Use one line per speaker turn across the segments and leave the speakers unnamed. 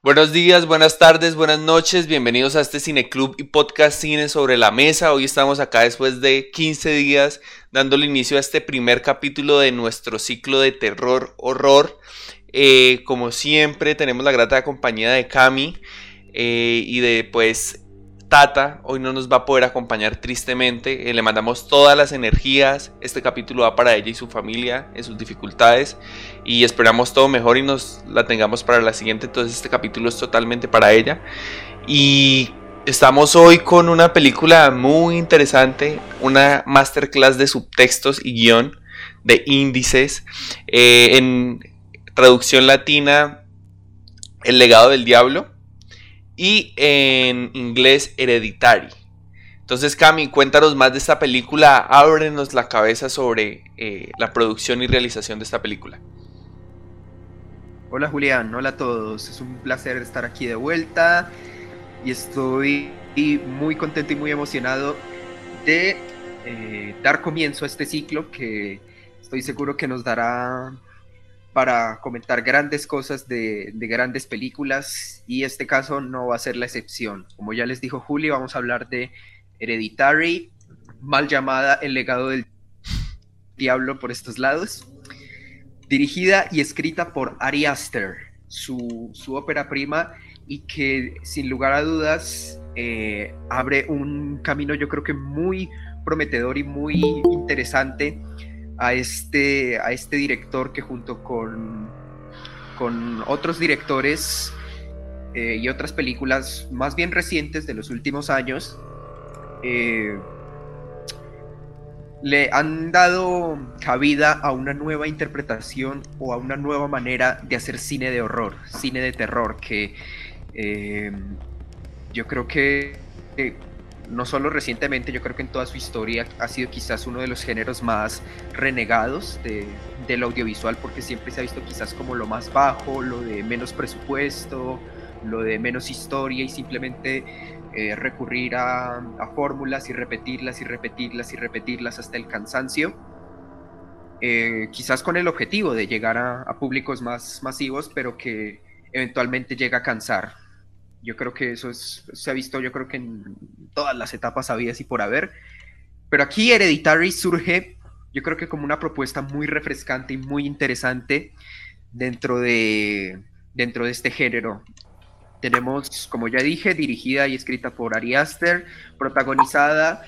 Buenos días, buenas tardes, buenas noches, bienvenidos a este Cineclub y podcast Cine sobre la Mesa. Hoy estamos acá después de 15 días dándole inicio a este primer capítulo de nuestro ciclo de terror, horror. Como siempre tenemos la grata compañía de Cami y de Tata. Hoy no nos va a poder acompañar tristemente, le mandamos todas las energías. Este capítulo va para ella y su familia en sus dificultades y esperamos todo mejor y nos la tengamos para la siguiente. Entonces este capítulo es totalmente para ella y estamos hoy con una película muy interesante, una masterclass de subtextos y guión de índices, en traducción latina El legado del diablo y en inglés Hereditary. Entonces, Cami, cuéntanos más de esta película, ábrenos la cabeza sobre la producción y realización de esta película.
Hola Julián, hola a todos, es un placer estar aquí de vuelta y estoy muy contento y muy emocionado de dar comienzo a este ciclo que estoy seguro que nos dará para comentar grandes cosas de grandes películas, y este caso no va a ser la excepción. Como ya les dijo Juli, vamos a hablar de Hereditary, mal llamada El legado del diablo por estos lados, dirigida y escrita por Ari Aster, su ópera prima, y que sin lugar a dudas abre un camino, yo creo que muy prometedor y muy interesante a este director, que junto con otros directores y otras películas más bien recientes de los últimos años, le han dado cabida a una nueva interpretación o a una nueva manera de hacer cine de horror, cine de terror, que yo creo que no solo recientemente, yo creo que en toda su historia ha sido quizás uno de los géneros más renegados del audiovisual, porque siempre se ha visto quizás como lo más bajo, lo de menos presupuesto, lo de menos historia, y simplemente recurrir a fórmulas y repetirlas y repetirlas y repetirlas hasta el cansancio, quizás con el objetivo de llegar a públicos más masivos, pero que eventualmente llega a cansar. Yo creo que eso se ha visto, yo creo que en todas las etapas habidas y por haber. Pero aquí Hereditary surge, yo creo que como una propuesta muy refrescante y muy interesante dentro de este género. Tenemos, como ya dije, dirigida y escrita por Ari Aster, protagonizada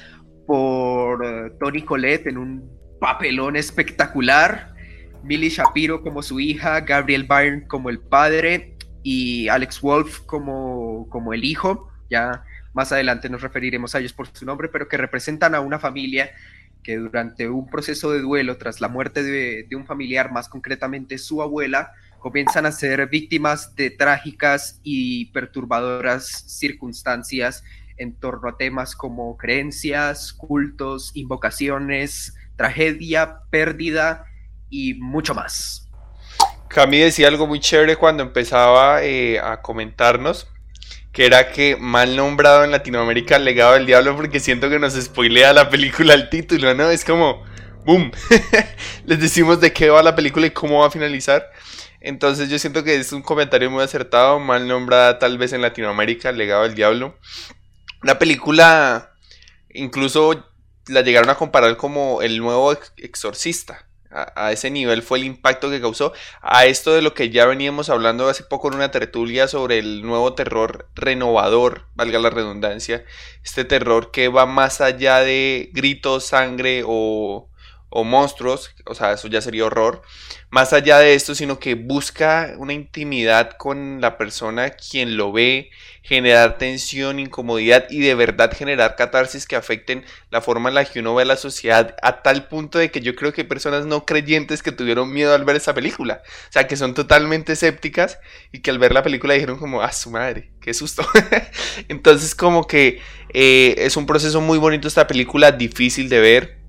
por Toni Collette en un papelón espectacular, Millie Shapiro como su hija, Gabriel Byrne como el padre y Alex Wolff como el hijo. Ya más adelante nos referiremos a ellos por su nombre, pero que representan a una familia que durante un proceso de duelo tras la muerte de un familiar, más concretamente su abuela, comienzan a ser víctimas de trágicas y perturbadoras circunstancias en torno a temas como creencias, cultos, invocaciones, tragedia, pérdida y mucho más.
Cami decía algo muy chévere cuando empezaba a comentarnos, que era que mal nombrado en Latinoamérica El legado del diablo, porque siento que nos spoilea la película el título, ¿no? Es como, ¡boom! Les decimos de qué va la película y cómo va a finalizar. Entonces yo siento que es un comentario muy acertado, mal nombrada tal vez en Latinoamérica El legado del diablo. Una película, incluso la llegaron a comparar como el nuevo Exorcista. A ese nivel fue el impacto que causó. A esto de lo que ya veníamos hablando hace poco en una tertulia sobre el nuevo terror renovador, valga la redundancia. Este terror que va más allá de gritos, sangre o monstruos, o sea, eso ya sería horror. Más allá de esto, sino que busca una intimidad con la persona quien lo ve, generar tensión, incomodidad y de verdad generar catarsis que afecten la forma en la que uno ve a la sociedad, a tal punto de que yo creo que hay personas no creyentes que tuvieron miedo al ver esa película, o sea, que son totalmente escépticas y que al ver la película dijeron como, ¡ah, su madre! ¡Qué susto! Entonces como que es un proceso muy bonito esta película, difícil de ver.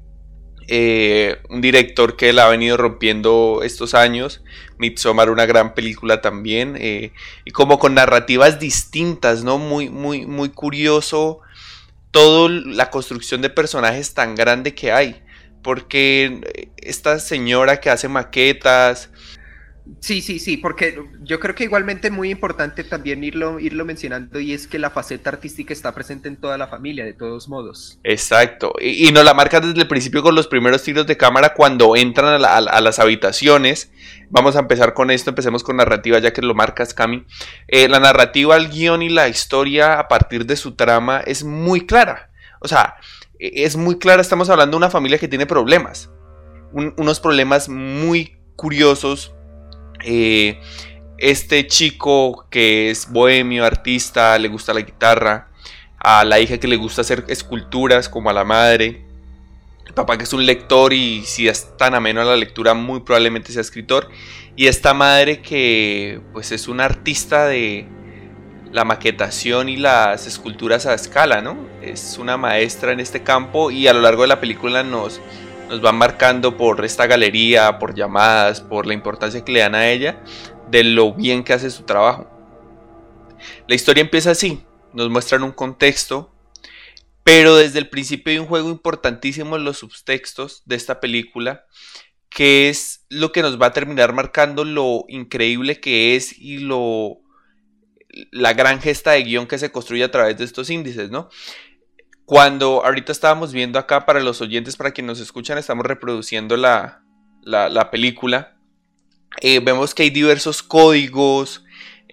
Un director que la ha venido rompiendo estos años. Midsommar, una gran película también, y como con narrativas distintas, ¿no? Muy, muy, muy curioso toda la construcción de personajes tan grande que hay, porque esta señora que hace maquetas,
Sí, sí, sí, porque yo creo que igualmente muy importante también irlo mencionando y es que la faceta artística está presente en toda la familia, de todos modos.
Exacto, y nos la marca desde el principio con los primeros tiros de cámara cuando entran a las habitaciones. Vamos a empezar con esto, empecemos con narrativa ya que lo marcas, Cami. La narrativa, el guión y la historia a partir de su trama es muy clara. O sea, es muy clara, estamos hablando de una familia que tiene problemas, unos problemas muy curiosos. Eh, este chico que es bohemio, artista, le gusta la guitarra, a la hija que le gusta hacer esculturas como a la madre, el papá que es un lector y si es tan ameno a la lectura muy probablemente sea escritor, y esta madre que pues es una artista de la maquetación y las esculturas a escala, ¿no? Es una maestra en este campo y a lo largo de la película nos van marcando por esta galería, por llamadas, por la importancia que le dan a ella, de lo bien que hace su trabajo. La historia empieza así, nos muestran un contexto, pero desde el principio hay un juego importantísimo en los subtextos de esta película, que es lo que nos va a terminar marcando lo increíble que es y la gran gesta de guión que se construye a través de estos índices, ¿no? Cuando ahorita estábamos viendo acá para los oyentes, para quienes nos escuchan, estamos reproduciendo la película. Vemos que hay diversos códigos,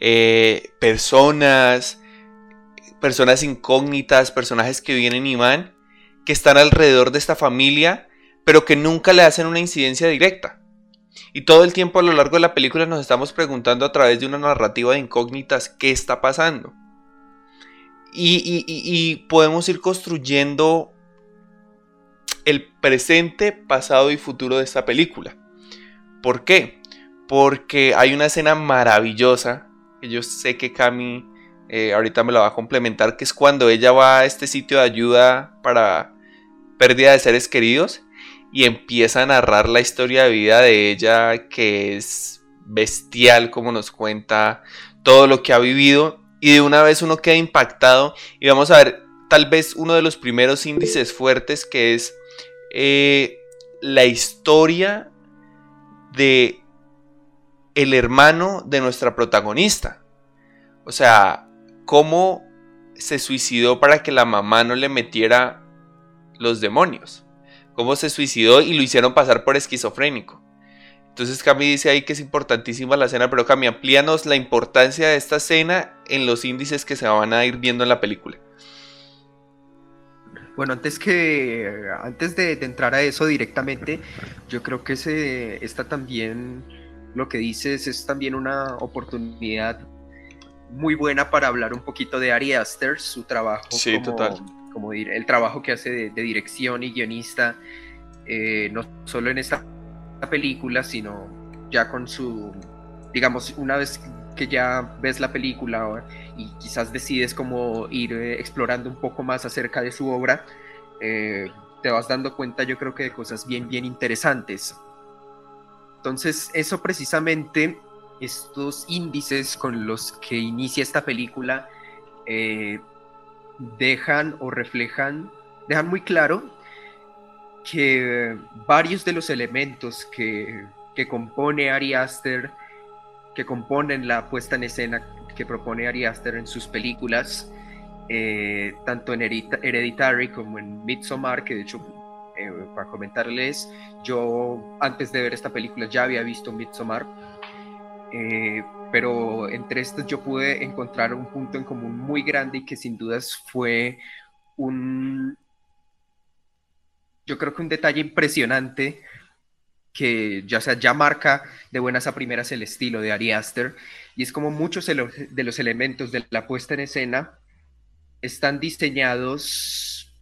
personas incógnitas, personajes que vienen y van, que están alrededor de esta familia, pero que nunca le hacen una incidencia directa. Y todo el tiempo a lo largo de la película nos estamos preguntando a través de una narrativa de incógnitas qué está pasando. Y podemos ir construyendo el presente, pasado y futuro de esta película. ¿Por qué? Porque hay una escena maravillosa, que yo sé que Cami ahorita me la va a complementar, que es cuando ella va a este sitio de ayuda para pérdida de seres queridos y empieza a narrar la historia de vida de ella, que es bestial, como nos cuenta todo lo que ha vivido, y de una vez uno queda impactado y vamos a ver tal vez uno de los primeros índices fuertes, que es la historia de el hermano de nuestra protagonista. O sea, cómo se suicidó para que la mamá no le metiera los demonios. Cómo se suicidó y lo hicieron pasar por esquizofrénico. Entonces Cami dice ahí que es importantísima la escena, pero Cami, amplíanos la importancia de esta escena en los índices que se van a ir viendo en la película.
Bueno, antes de entrar a eso directamente, yo creo que está también, lo que dices es también una oportunidad muy buena para hablar un poquito de Ari Aster, su trabajo
Sí, total.
el trabajo que hace de dirección y guionista, no solo en esta película, sino ya con digamos, una vez que ya ves la película y quizás decides como ir explorando un poco más acerca de su obra, te vas dando cuenta, yo creo que de cosas bien, bien interesantes. Entonces, eso precisamente, estos índices con los que inicia esta película, dejan muy claro que varios de los elementos que compone Ari Aster, que componen la puesta en escena que propone Ari Aster en sus películas, tanto en Hereditary como en Midsommar, que de hecho, para comentarles, yo antes de ver esta película ya había visto Midsommar, pero entre estos yo pude encontrar un punto en común muy grande y que sin dudas fue yo creo que un detalle impresionante que ya marca de buenas a primeras el estilo de Ari Aster, y es como muchos de los elementos de la puesta en escena están diseñados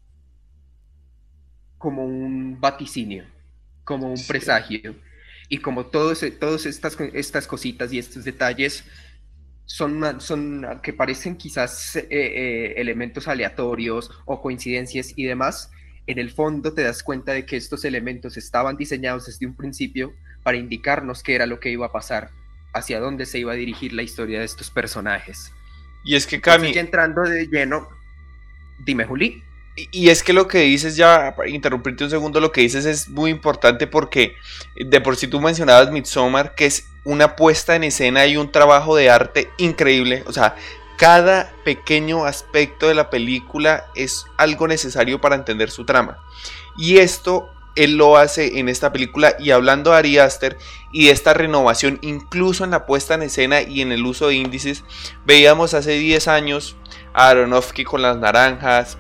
como un vaticinio, como un
Sí.
presagio, y como todas estas cositas y estos detalles son que parecen quizás elementos aleatorios o coincidencias y demás. En el fondo te das cuenta de que estos elementos estaban diseñados desde un principio para indicarnos qué era lo que iba a pasar, hacia dónde se iba a dirigir la historia de estos personajes.
Y es que
Entonces,
Cami,
ya entrando de lleno, dime, Juli.
Y es que lo que dices, ya para interrumpirte un segundo, lo que dices es muy importante porque de por sí tú mencionabas Midsommar, que es una puesta en escena y un trabajo de arte increíble. O sea, cada pequeño aspecto de la película es algo necesario para entender su trama. Y esto él lo hace en esta película. Y hablando de Ari Aster y de esta renovación, incluso en la puesta en escena y en el uso de índices, veíamos hace 10 años a Aronofsky con las naranjas,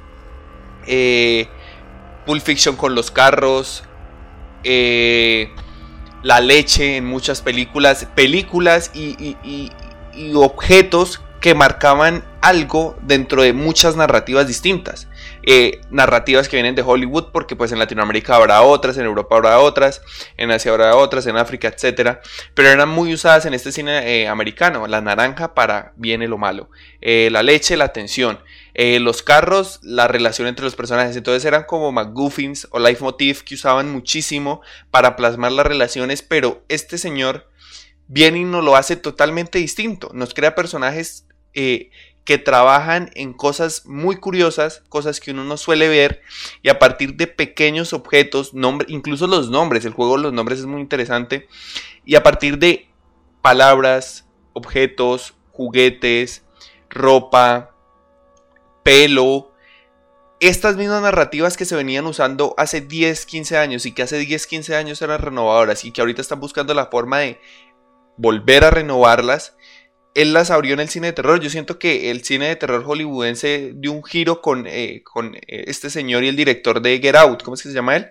Pulp Fiction con los carros, la leche en muchas películas y objetos que marcaban algo dentro de muchas narrativas distintas. Narrativas que vienen de Hollywood, porque pues en Latinoamérica habrá otras, en Europa habrá otras, en Asia habrá otras, en África, etcétera, pero eran muy usadas en este cine americano. La naranja para bien y lo malo, la leche, la tensión, los carros, la relación entre los personajes. Entonces eran como MacGuffins o leitmotiv que usaban muchísimo para plasmar las relaciones, pero este señor viene y nos lo hace totalmente distinto. Nos crea personajes que trabajan en cosas muy curiosas, cosas que uno no suele ver, y a partir de pequeños objetos, incluso los nombres, el juego de los nombres es muy interesante, y a partir de palabras, objetos, juguetes, ropa, pelo, estas mismas narrativas que se venían usando hace 10, 15 años y que hace 10, 15 años eran renovadoras y que ahorita están buscando la forma de volver a renovarlas, él las abrió en el cine de terror. Yo siento que el cine de terror hollywoodense dio un giro con este señor y el director de Get Out. ¿Cómo es que se llama él?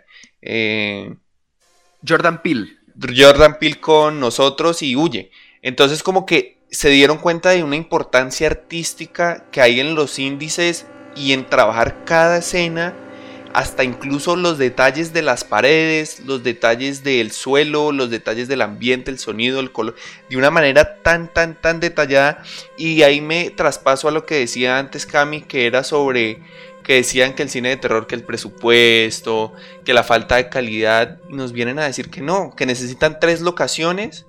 Jordan Peele.
Jordan Peele con Nosotros y Huye. Entonces como que se dieron cuenta de una importancia artística que hay en los índices y en trabajar cada escena, hasta incluso los detalles de las paredes, los detalles del suelo, los detalles del ambiente, el sonido, el color, de una manera tan detallada. Y ahí me traspaso a lo que decía antes Cami, que era sobre que decían que el cine de terror, que el presupuesto, que la falta de calidad, y nos vienen a decir que no, que necesitan 3 locaciones,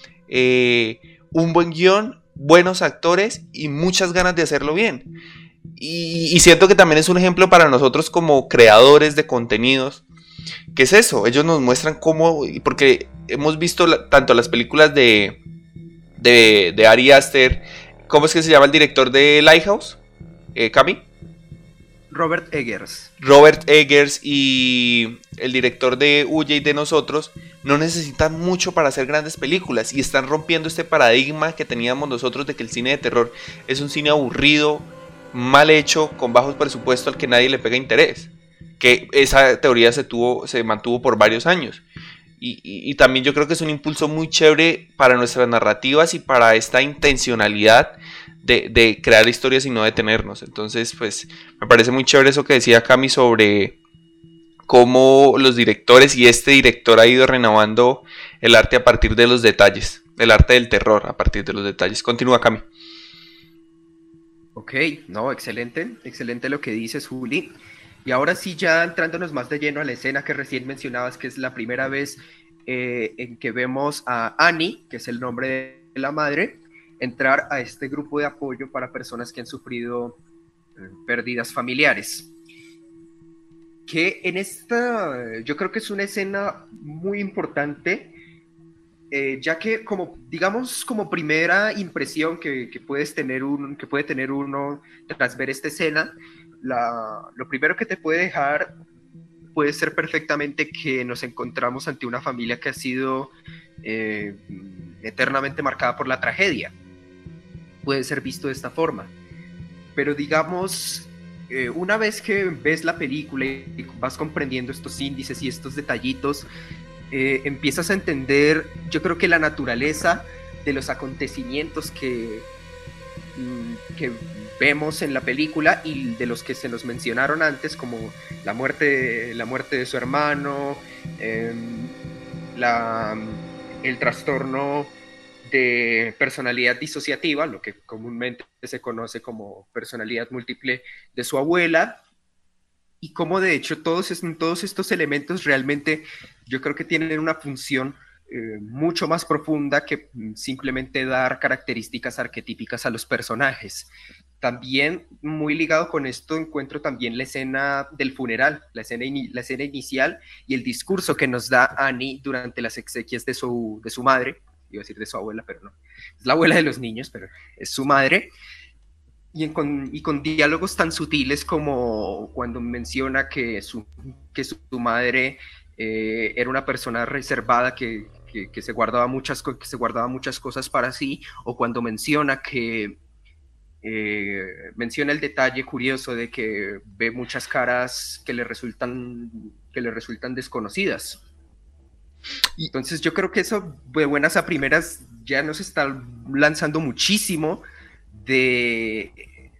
un buen guión, buenos actores y muchas ganas de hacerlo bien. Y siento que también es un ejemplo para nosotros como creadores de contenidos. ¿Qué es eso? Ellos nos muestran cómo, porque hemos visto tanto las películas de Ari Aster. ¿Cómo es que se llama el director de Lighthouse? ¿Cami?
Robert Eggers.
Robert Eggers y el director de Huye y de Nosotros no necesitan mucho para hacer grandes películas y están rompiendo este paradigma que teníamos nosotros de que el cine de terror es un cine aburrido, mal hecho, con bajos presupuestos al que nadie le pega interés. Que esa teoría se mantuvo por varios años. Y también yo creo que es un impulso muy chévere para nuestras narrativas y para esta intencionalidad de crear historias y no detenernos. Entonces, pues, me parece muy chévere eso que decía Cami sobre cómo los directores y este director ha ido renovando el arte a partir de los detalles, el arte del terror a partir de los detalles. Continúa, Cami.
Ok, no, excelente lo que dices, Juli. Y ahora sí, ya entrándonos más de lleno a la escena que recién mencionabas, que es la primera vez en que vemos a Annie, que es el nombre de la madre, entrar a este grupo de apoyo para personas que han sufrido pérdidas familiares. Que en esta, yo creo que es una escena muy importante, ya que como, digamos, como primera impresión que puede tener uno tras ver esta escena, lo primero que te puede dejar puede ser perfectamente que nos encontramos ante una familia que ha sido eternamente marcada por la tragedia. Puede ser visto de esta forma. Pero digamos, una vez que ves la película y vas comprendiendo estos índices y estos detallitos, empiezas a entender, yo creo que la naturaleza de los acontecimientos que vemos en la película y de los que se nos mencionaron antes, como la muerte de su hermano, el trastorno de personalidad disociativa, lo que comúnmente se conoce como personalidad múltiple de su abuela, y como de hecho todos estos elementos realmente yo creo que tienen una función mucho más profunda que simplemente dar características arquetípicas a los personajes. También muy ligado con esto encuentro también la escena del funeral, la escena inicial y el discurso que nos da Annie durante las exequias de su madre, iba a decir de su abuela, pero no, es la abuela de los niños, pero es su madre, y con diálogos tan sutiles como cuando menciona que su madre era una persona reservada que se guardaba muchas cosas para sí, o cuando menciona que menciona el detalle curioso de que ve muchas caras que le resultan desconocidas. Entonces yo creo que eso de buenas a primeras ya nos está lanzando muchísimo del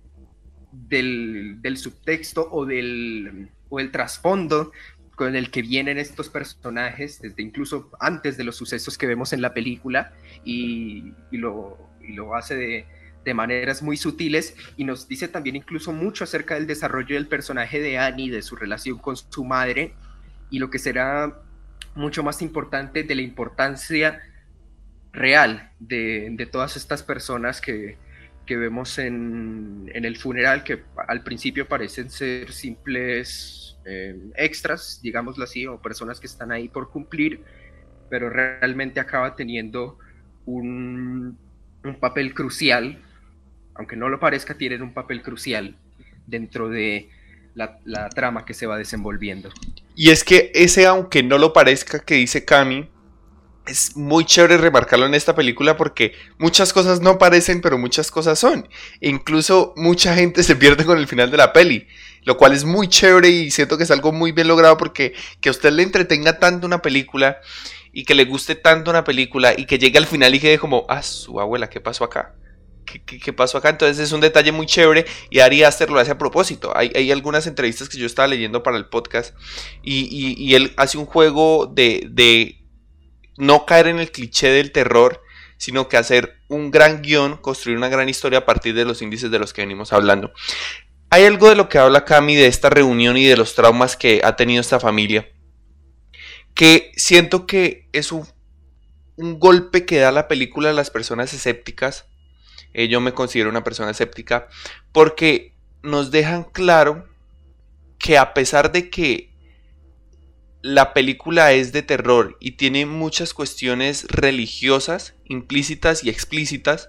subtexto o del trasfondo con el que vienen estos personajes, desde incluso antes de los sucesos que vemos en la película, y lo hace de maneras muy sutiles, y nos dice también incluso mucho acerca del desarrollo del personaje de Annie, de su relación con su madre, y lo que será mucho más importante, de la importancia real de todas estas personas que vemos en el funeral, que al principio parecen ser simples extras, digámoslo así, o personas que están ahí por cumplir, pero realmente acaba teniendo un papel crucial, aunque no lo parezca, tienen un papel crucial dentro de la trama que se va desenvolviendo.
Y es que ese, aunque no lo parezca, que dice Cami, es muy chévere remarcarlo en esta película porque muchas cosas no parecen, pero muchas cosas son. E incluso mucha gente se pierde con el final de la peli, lo cual es muy chévere y siento que es algo muy bien logrado, porque que a usted le entretenga tanto una película y que le guste tanto una película y que llegue al final y quede como, ah, su abuela, ¿qué pasó acá? ¿Qué pasó acá? Entonces es un detalle muy chévere, y Ari Aster lo hace a propósito. Hay algunas entrevistas que yo estaba leyendo para el podcast y él hace un juego de no caer en el cliché del terror, sino que hacer un gran guión, construir una gran historia a partir de los índices de los que venimos hablando. Hay algo de lo que habla Cami de esta reunión y de los traumas que ha tenido esta familia, que siento que es un golpe que da la película a las personas escépticas. Yo me considero una persona escéptica, porque nos dejan claro que a pesar de que la película es de terror y tiene muchas cuestiones religiosas implícitas y explícitas,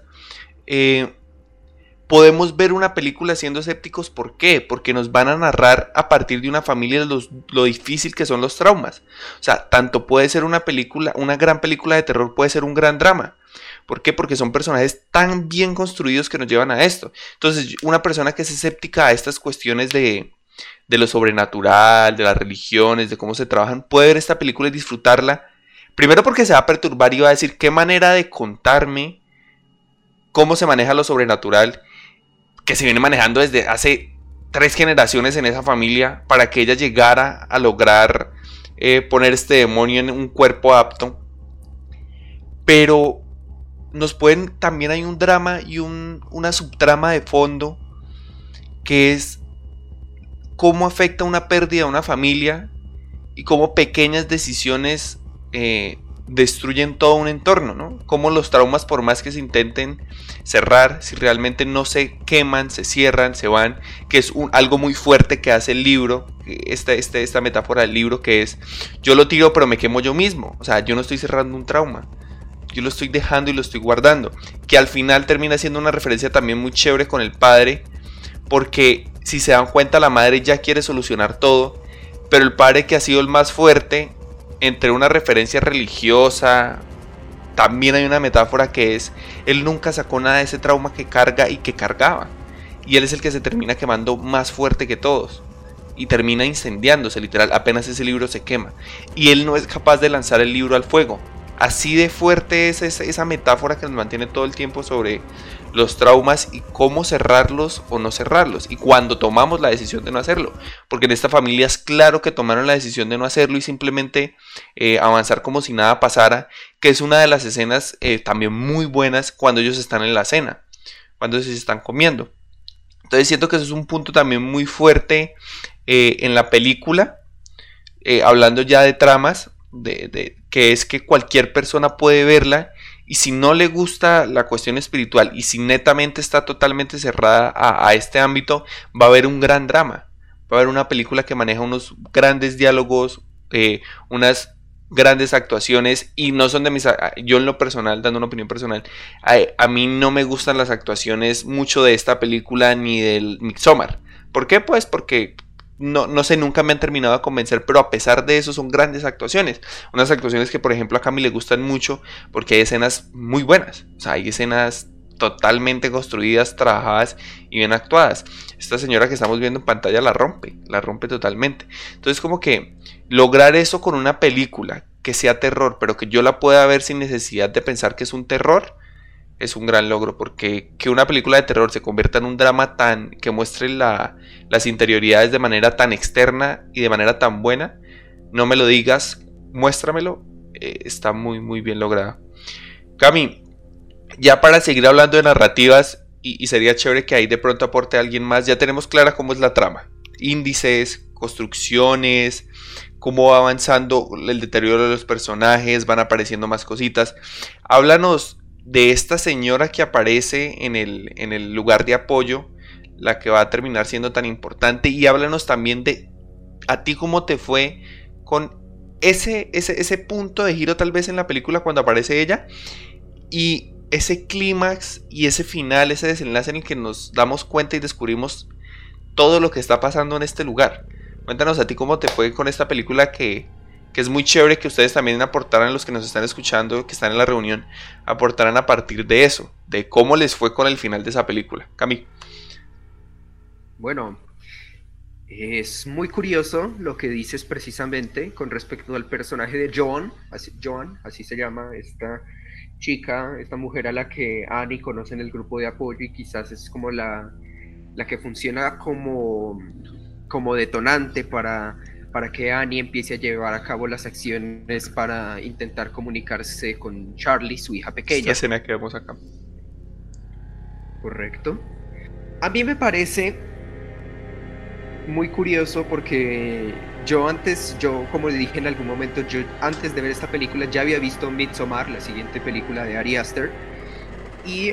podemos ver una película siendo escépticos. ¿Por qué? Porque nos van a narrar a partir de una familia lo difícil que son los traumas. O sea, tanto puede ser una gran película de terror, puede ser un gran drama. ¿Por qué? Porque son personajes tan bien construidos que nos llevan a esto. Entonces, una persona que es escéptica a estas cuestiones de lo sobrenatural, de las religiones, de cómo se trabajan, puede ver esta película y disfrutarla. Primero porque se va a perturbar y va a decir, qué manera de contarme cómo se maneja lo sobrenatural, que se viene manejando desde hace 3 generaciones en esa familia, para que ella llegara a lograr poner este demonio en un cuerpo apto. Pero también hay un drama y una subtrama de fondo, que es cómo afecta una pérdida a una familia y cómo pequeñas decisiones destruyen todo un entorno, ¿no? Cómo los traumas, por más que se intenten cerrar, si realmente no se queman, se cierran, se van, que es algo muy fuerte que hace el libro, esta metáfora del libro, que es, yo lo tiro pero me quemo yo mismo. O sea, yo no estoy cerrando un trauma, yo lo estoy dejando y lo estoy guardando, que al final termina siendo una referencia también muy chévere con el padre, porque si se dan cuenta, la madre ya quiere solucionar todo, pero el padre, que ha sido el más fuerte, entre una referencia religiosa, también hay una metáfora que es, él nunca sacó nada de ese trauma que carga y que cargaba, y él es el que se termina quemando más fuerte que todos, y termina incendiándose literal, apenas ese libro se quema, y él no es capaz de lanzar el libro al fuego. Así de fuerte es esa metáfora que nos mantiene todo el tiempo sobre los traumas y cómo cerrarlos o no cerrarlos, y cuando tomamos la decisión de no hacerlo, porque en esta familia es claro que tomaron la decisión de no hacerlo y simplemente avanzar como si nada pasara, que es una de las escenas también muy buenas cuando ellos están en la cena, cuando ellos se están comiendo. Entonces siento que eso es un punto también muy fuerte en la película, hablando ya de tramas, que es que cualquier persona puede verla Y si no le gusta la cuestión espiritual y si netamente está totalmente cerrada a este ámbito, va a haber un gran drama. Va a haber una película que maneja unos grandes diálogos, unas grandes actuaciones y no son de mis... Yo en lo personal, dando una opinión personal, a mí no me gustan las actuaciones mucho de esta película ni del Midsommar. ¿Por qué? Pues porque no sé, nunca me han terminado de convencer, pero a pesar de eso son grandes actuaciones. Unas actuaciones que por ejemplo a Cami le gustan mucho porque hay escenas muy buenas. O sea, hay escenas totalmente construidas, trabajadas y bien actuadas. Esta señora que estamos viendo en pantalla la rompe totalmente. Entonces como que lograr eso con una película que sea terror, pero que yo la pueda ver sin necesidad de pensar que es un terror, es un gran logro, porque que una película de terror se convierta en un drama tan que muestre las interioridades de manera tan externa y de manera tan buena, no me lo digas, muéstramelo, está muy muy bien lograda. Cami, ya para seguir hablando de narrativas, y sería chévere que ahí de pronto aporte a alguien más, ya tenemos clara cómo es la trama, índices, construcciones, cómo va avanzando el deterioro de los personajes, van apareciendo más cositas. Háblanos de esta señora que aparece en el lugar de apoyo, la que va a terminar siendo tan importante, y háblanos también de a ti cómo te fue con ese punto de giro tal vez en la película cuando aparece ella, y ese clímax y ese final, ese desenlace en el que nos damos cuenta y descubrimos todo lo que está pasando en este lugar. Cuéntanos a ti cómo te fue con esta película que es muy chévere que ustedes también aportaran, los que nos están escuchando, que están en la reunión, aportaran a partir de eso, de cómo les fue con el final de esa película. Cami.
Bueno, es muy curioso lo que dices precisamente con respecto al personaje de Joan, así se llama esta chica, esta mujer a la que Annie conoce en el grupo de apoyo y quizás es como la que funciona como detonante para que Annie empiece a llevar a cabo las acciones para intentar comunicarse con Charlie, su hija pequeña.
Esta escena que vemos acá.
Correcto. A mí me parece muy curioso porque yo como le dije en algún momento, yo antes de ver esta película ya había visto Midsommar, la siguiente película de Ari Aster, y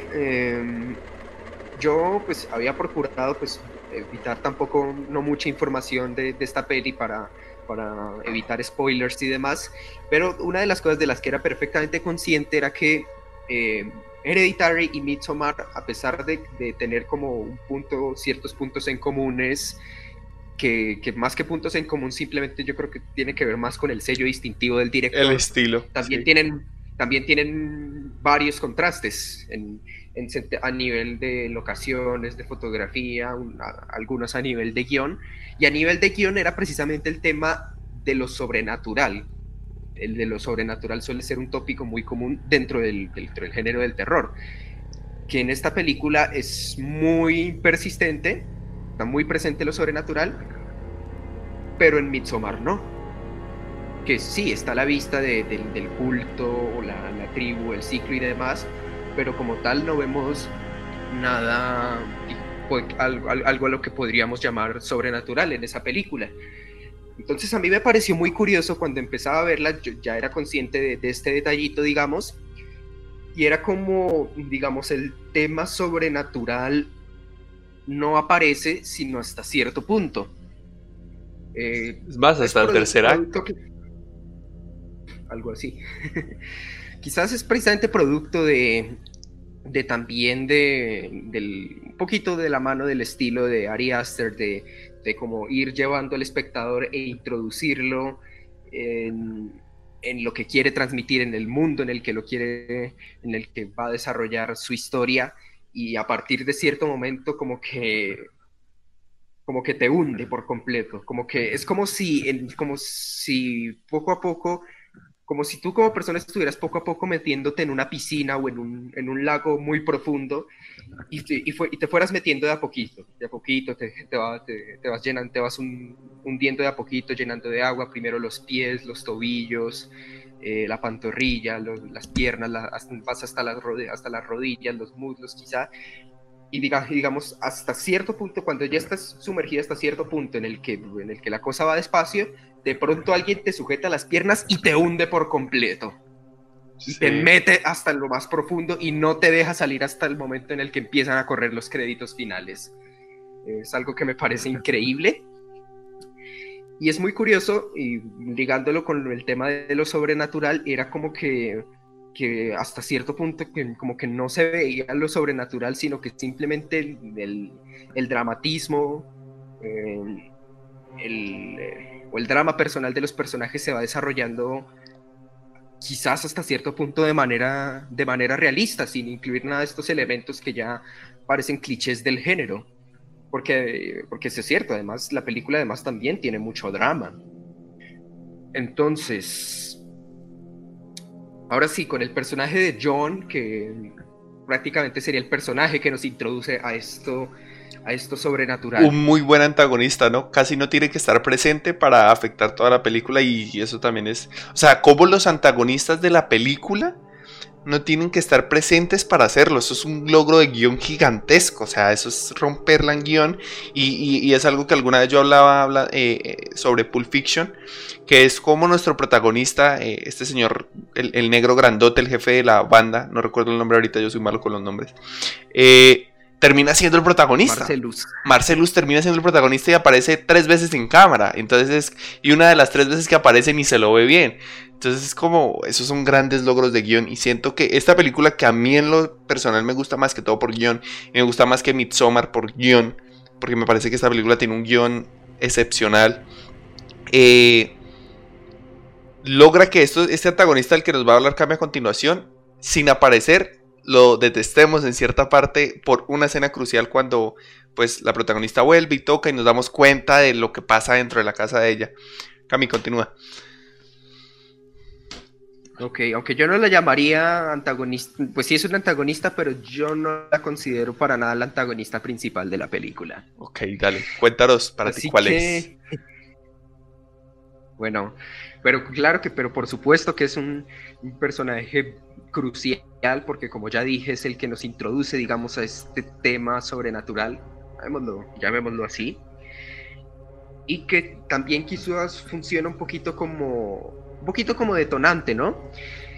yo pues había procurado pues evitar tampoco no mucha información de esta peli para evitar spoilers y demás, pero una de las cosas de las que era perfectamente consciente era que Hereditary y Midsommar, a pesar de tener como ciertos puntos en comunes, que más que puntos en común, simplemente yo creo que tiene que ver más con el sello distintivo del director.
El estilo.
También, sí. También tienen varios contrastes a nivel de locaciones, de fotografía, algunos a nivel de guión. Y a nivel de guión era precisamente el tema de lo sobrenatural. El de lo sobrenatural suele ser un tópico muy común dentro del género del terror, que en esta película es muy persistente, está muy presente lo sobrenatural, pero en Midsommar no. Que sí, está a la vista del culto, o la tribu, el ciclo y demás, pero como tal no vemos nada, algo a lo que podríamos llamar sobrenatural en esa película. Entonces a mí me pareció muy curioso cuando empezaba a verla, yo ya era consciente de este detallito, digamos, y era como, digamos, el tema sobrenatural no aparece sino hasta cierto punto.
Es más, hasta el tercer acto.
Algo así. Quizás es precisamente producto de también un poquito de la mano del estilo de Ari Aster, de como ir llevando al espectador e introducirlo en lo que quiere transmitir, en el mundo en el que va a desarrollar su historia, y a partir de cierto momento como que te hunde por completo, como que es como si poco a poco, como si tú como persona estuvieras poco a poco metiéndote en una piscina o en un lago muy profundo, y te fueras metiendo de a poquito te vas llenando, te vas hundiendo de a poquito, llenando de agua, primero los pies, los tobillos, la pantorrilla, las piernas, vas hasta las rodillas, los muslos quizá, y digamos hasta cierto punto, cuando ya estás sumergida hasta cierto punto en el que la cosa va despacio, de pronto alguien te sujeta las piernas y te hunde por completo. y te mete hasta lo más profundo y no te deja salir hasta el momento en el que empiezan a correr los créditos finales. Es algo que me parece increíble. Y es muy curioso, y ligándolo con el tema de lo sobrenatural, era como que hasta cierto punto como que no se veía lo sobrenatural, sino que simplemente el dramatismo, o el drama personal de los personajes se va desarrollando quizás hasta cierto punto de manera realista, sin incluir nada de estos elementos que ya parecen clichés del género. Porque eso es cierto, además la película además también tiene mucho drama. Entonces, ahora sí, con el personaje de John, que prácticamente sería el personaje que nos introduce a esto sobrenatural.
Un muy buen antagonista, ¿no? Casi no tiene que estar presente para afectar toda la película y eso también es... O sea, como los antagonistas de la película no tienen que estar presentes para hacerlo. Eso es un logro de guión gigantesco. O sea, eso es romperla en guión. Y es algo que alguna vez yo hablaba sobre Pulp Fiction, que es como nuestro protagonista, este señor, el negro grandote, el jefe de la banda, no recuerdo el nombre ahorita, yo soy malo con los nombres, termina siendo el protagonista. Marcellus termina siendo el protagonista y aparece 3 veces en cámara. Entonces, y una de las 3 veces que aparece ni se lo ve bien. Entonces es como, esos son grandes logros de guión. Y siento que esta película, que a mí en lo personal me gusta más que todo por guión, y me gusta más que Midsommar por guión, porque me parece que esta película tiene un guión excepcional, logra que este antagonista del que nos va a hablar Cami a continuación, sin aparecer, lo detestemos en cierta parte por una escena crucial cuando pues la protagonista vuelve y toca y nos damos cuenta de lo que pasa dentro de la casa de ella. Cami, continúa.
Ok, aunque yo no la llamaría antagonista, pues sí es una antagonista, pero yo no la considero para nada la antagonista principal de la película.
Ok, dale, cuéntanos para ti cuál es.
Bueno, pero claro pero por supuesto que es un personaje crucial, porque como ya dije, es el que nos introduce, digamos, a este tema sobrenatural, llamémoslo así, y que también quizás funciona un poquito como detonante, ¿no?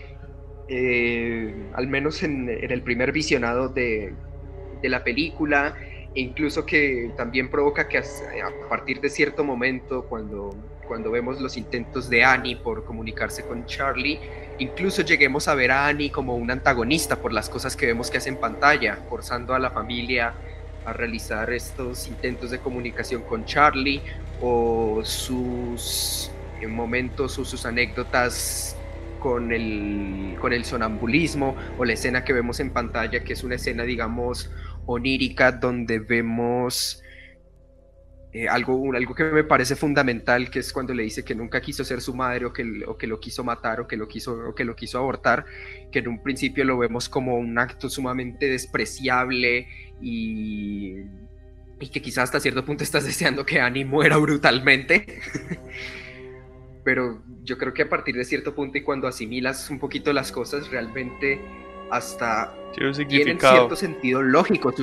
Al menos en el primer visionado de la película, e incluso que también provoca que a partir de cierto momento, cuando vemos los intentos de Annie por comunicarse con Charlie, incluso lleguemos a ver a Annie como un antagonista por las cosas que vemos que hace en pantalla, forzando a la familia a realizar estos intentos de comunicación con Charlie, o sus momentos o sus anécdotas con el sonambulismo, o la escena que vemos en pantalla, que es una escena, digamos, onírica, donde vemos algo que me parece fundamental, que es cuando le dice que nunca quiso ser su madre, o que lo quiso matar, o que lo quiso abortar, que en un principio lo vemos como un acto sumamente despreciable y que quizás hasta cierto punto estás deseando que Annie muera brutalmente. Pero yo creo que a partir de cierto punto, y cuando asimilas un poquito las cosas, realmente hasta tienen cierto sentido lógico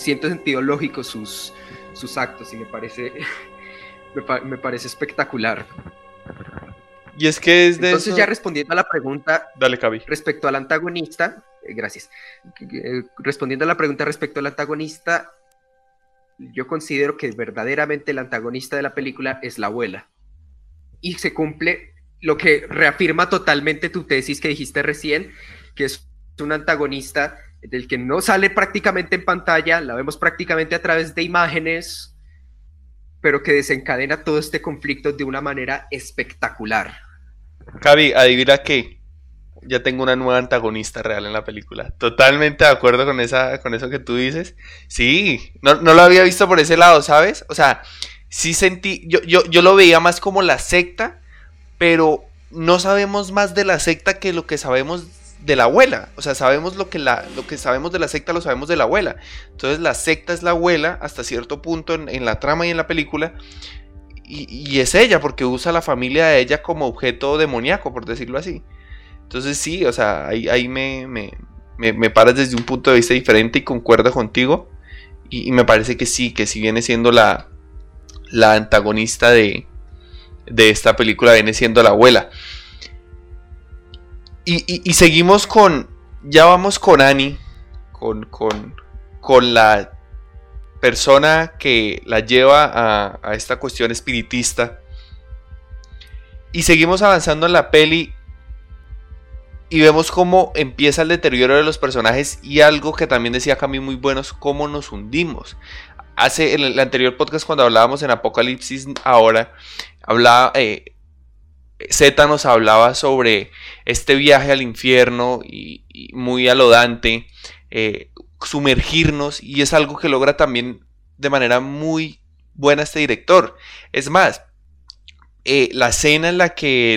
sus actos, y me parece espectacular.
Y es que es de
Entonces,
eso...
ya respondiendo a la pregunta,
dale, Cavi,
respecto al antagonista, gracias. Respondiendo a la pregunta respecto al antagonista, yo considero que verdaderamente el antagonista de la película es la abuela. Y se cumple lo que reafirma totalmente tu tesis que dijiste recién, que es un antagonista del que no sale prácticamente en pantalla, la vemos prácticamente a través de imágenes, pero que desencadena todo este conflicto de una manera espectacular.
Cavi, adivina qué, ya tengo una nueva antagonista real en la película. Totalmente de acuerdo con eso que tú dices. Sí, no lo había visto por ese lado, ¿sabes? O sea, sí sentí, yo lo veía más como la secta, pero no sabemos más de la secta que lo que sabemos de la abuela. O sea, sabemos lo que sabemos de la secta, lo sabemos de la abuela. Entonces la secta es la abuela hasta cierto punto en la trama y en la película, y es ella, porque usa a la familia de ella como objeto demoníaco, por decirlo así. Entonces sí, o sea, ahí me paras desde un punto de vista diferente y concuerdo contigo, y me parece que sí viene siendo la antagonista de esta película, viene siendo la abuela. y seguimos con, ya vamos con Annie, con la persona que la lleva a esta cuestión espiritista. Y seguimos avanzando en la peli y vemos cómo empieza el deterioro de los personajes y algo que también decía Cami muy bueno es cómo nos hundimos. En el anterior podcast cuando hablábamos en Apocalipsis ahora, Z nos hablaba sobre este viaje al infierno y muy alodante, sumergirnos, y es algo que logra también de manera muy buena este director. Es más, la escena en la que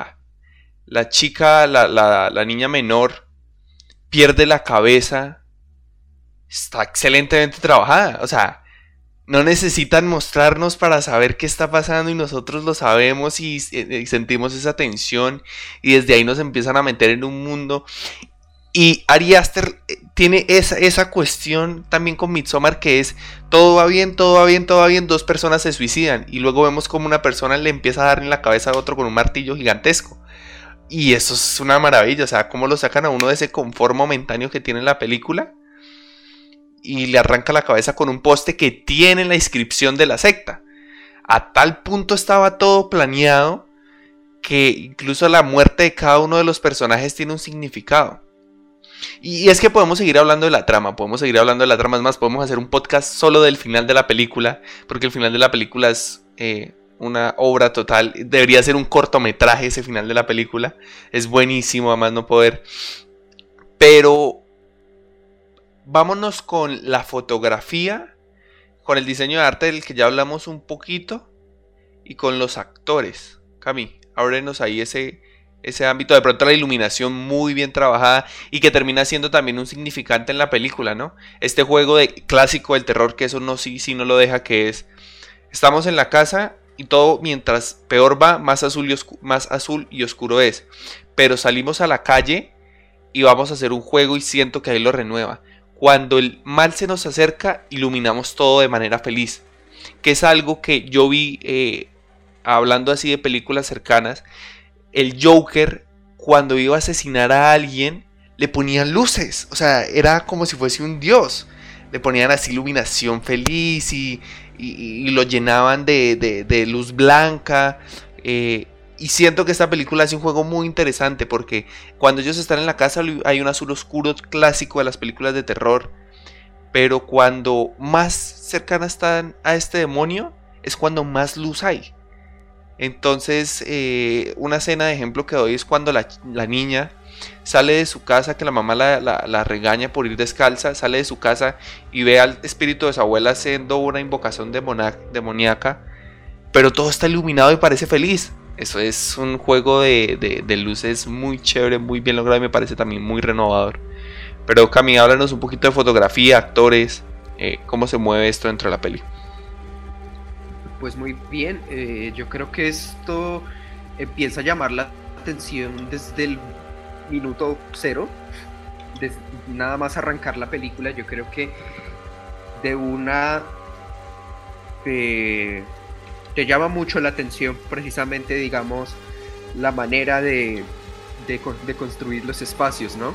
la chica, la niña menor, pierde la cabeza, está excelentemente trabajada. O sea, no necesitan mostrarnos para saber qué está pasando y nosotros lo sabemos y sentimos esa tensión y desde ahí nos empiezan a meter en un mundo. Y Ari Aster tiene esa cuestión también con Midsommar, que es todo va bien, todo va bien, todo va bien, dos personas se suicidan y luego vemos como una persona le empieza a dar en la cabeza a otro con un martillo gigantesco. Y eso es una maravilla, o sea, cómo lo sacan a uno de ese confort momentáneo que tiene la película y le arranca la cabeza con un poste que tiene la inscripción de la secta. A tal punto estaba todo planeado que incluso la muerte de cada uno de los personajes tiene un significado. Y es que podemos seguir hablando de la trama, es más, podemos hacer un podcast solo del final de la película, porque el final de la película es una obra total, debería ser un cortometraje ese final de la película, es buenísimo, además no poder, pero vámonos con la fotografía, con el diseño de arte del que ya hablamos un poquito, y con los actores. Cami, ábrenos ahí ese ámbito, de pronto la iluminación muy bien trabajada y que termina siendo también un significante en la película, ¿no? Este juego clásico del terror, que eso no sí no lo deja, que es, estamos en la casa y todo mientras peor va, más azul y oscuro es, pero salimos a la calle y vamos a hacer un juego y siento que ahí lo renueva. Cuando el mal se nos acerca, iluminamos todo de manera feliz, que es algo que yo vi hablando así de películas cercanas. El Joker, cuando iba a asesinar a alguien, le ponían luces, o sea, era como si fuese un dios. Le ponían así iluminación feliz y lo llenaban de luz blanca. Y siento que esta película hace un juego muy interesante porque cuando ellos están en la casa hay un azul oscuro clásico de las películas de terror. Pero cuando más cercanas están a este demonio es cuando más luz hay. Entonces, una escena de ejemplo que doy es cuando la niña sale de su casa, que la mamá la regaña por ir descalza, sale de su casa y ve al espíritu de su abuela haciendo una invocación demoníaca, pero todo está iluminado y parece feliz. Eso es un juego de luces muy chévere, muy bien logrado y me parece también muy renovador. Pero Cami, háblanos un poquito de fotografía, actores, cómo se mueve esto dentro de la peli.
Pues muy bien, yo creo que esto empieza a llamar la atención desde el minuto cero, desde nada más arrancar la película. Yo creo que de una te llama mucho la atención precisamente, digamos, la manera de construir los espacios, ¿no?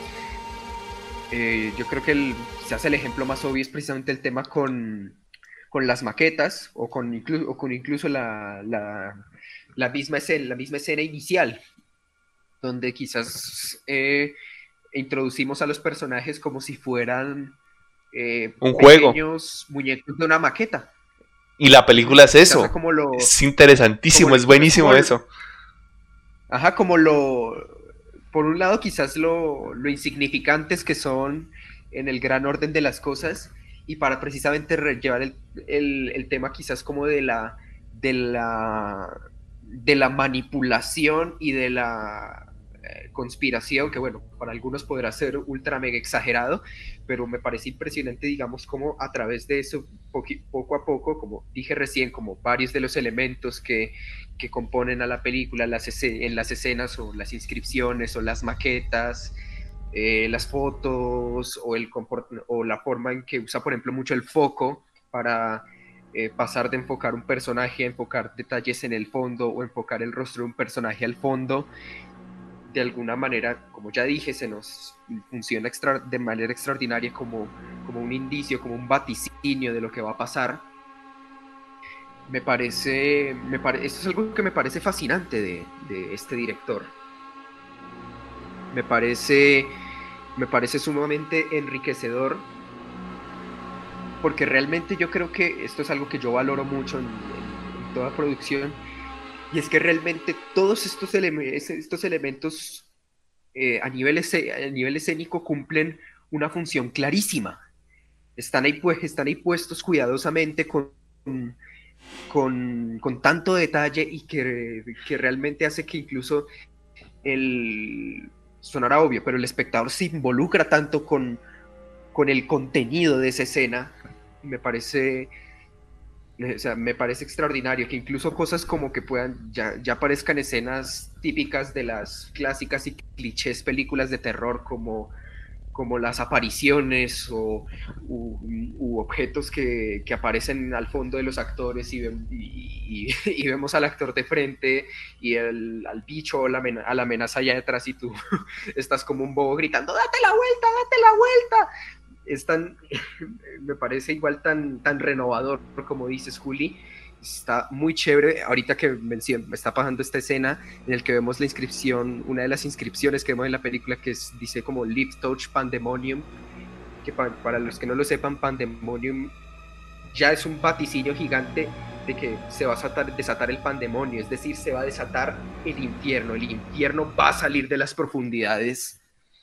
Yo creo que quizás el ejemplo más obvio es precisamente el tema con las maquetas o con incluso la misma escena inicial, donde quizás introducimos a los personajes como si fueran
un
pequeños muñecos de una maqueta.
Y la película es eso. Es interesantísimo, es buenísimo eso.
Ajá, por un lado quizás lo insignificantes que son en el gran orden de las cosas, y para precisamente llevar el tema quizás como de la manipulación y de la conspiración, que bueno, para algunos podrá ser ultra mega exagerado, pero me parece impresionante, digamos, cómo a través de eso, poco a poco, como dije recién, como varios de los elementos que componen a la película, en las escenas o las inscripciones o las maquetas, las fotos o la forma en que usa, por ejemplo, mucho el foco para pasar de enfocar un personaje a enfocar detalles en el fondo o enfocar el rostro de un personaje al fondo. de alguna manera, como ya dije, se nos funciona de manera extraordinaria como un indicio, como un vaticinio de lo que va a pasar. Esto es algo que me parece fascinante de este director. Me parece sumamente enriquecedor, porque realmente yo creo que esto es algo que yo valoro mucho en toda producción, y es que realmente todos estos elementos a nivel escénico cumplen una función clarísima. Están ahí puestos cuidadosamente con tanto detalle, y que realmente hace que incluso sonará obvio, pero el espectador se involucra tanto con el contenido de esa escena. Me parece extraordinario que incluso cosas como que ya aparezcan escenas típicas de las clásicas y clichés películas de terror, como las apariciones u objetos que aparecen al fondo de los actores, y vemos al actor de frente y al bicho o a la amenaza allá detrás, y tú estás como un bobo gritando, ¡date la vuelta, date la vuelta! Me parece igual tan renovador, como dices, Juli. Está muy chévere. Ahorita que me está pasando esta escena en la que vemos la inscripción, una de las inscripciones que vemos en la película, que dice como Live Touch Pandemonium, que para los que no lo sepan, Pandemonium ya es un vaticinio gigante de que se va a desatar el pandemonio, es decir, se va a desatar el infierno va a salir de las profundidades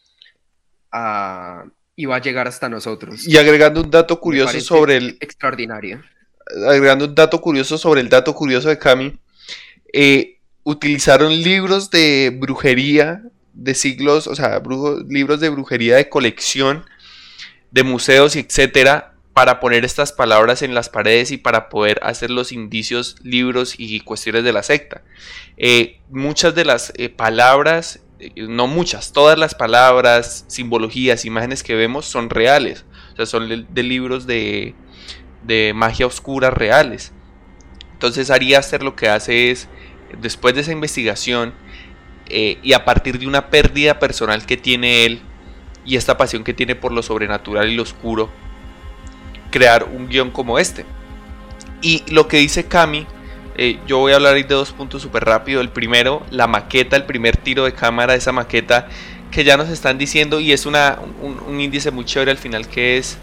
y va a llegar hasta nosotros.
Y agregando un dato curioso sobre el...
extraordinario.
Agregando un dato curioso sobre el dato curioso de Cami, utilizaron libros de brujería de siglos, o sea, libros de brujería de colección, de museos y etcétera, para poner estas palabras en las paredes y para poder hacer los indicios, libros y cuestiones de la secta. Muchas de las palabras, no muchas, todas las palabras, simbologías, imágenes que vemos son reales, o sea, son de libros de magia oscura reales. Entonces Ari Aster lo que hace es, después de esa investigación y a partir de una pérdida personal que tiene él y esta pasión que tiene por lo sobrenatural y lo oscuro, crear un guión como este. Y lo que dice Cami, yo voy a hablar ahí de dos puntos súper rápido. El primero, la maqueta, el primer tiro de cámara de esa maqueta, que ya nos están diciendo, y es un índice muy chévere al final, que es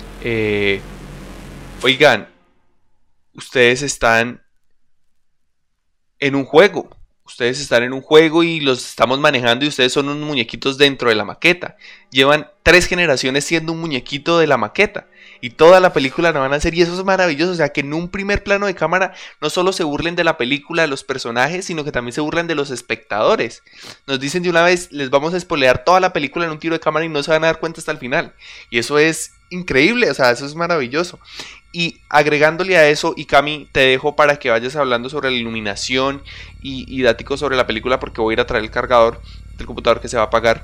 oigan, ustedes están en un juego. Ustedes están en un juego y los estamos manejando, y ustedes son unos muñequitos dentro de la maqueta. Llevan 3 generaciones siendo un muñequito de la maqueta. Y toda la película la van a hacer, y eso es maravilloso. O sea, que en un primer plano de cámara no solo se burlen de la película, de los personajes, sino que también se burlan de los espectadores. Nos dicen de una vez, les vamos a spoilear toda la película en un tiro de cámara y no se van a dar cuenta hasta el final. Y eso es increíble, o sea, eso es maravilloso. Y agregándole a eso, y Cami, te dejo para que vayas hablando sobre la iluminación y datos sobre la película, porque voy a ir a traer el cargador del computador que se va a apagar.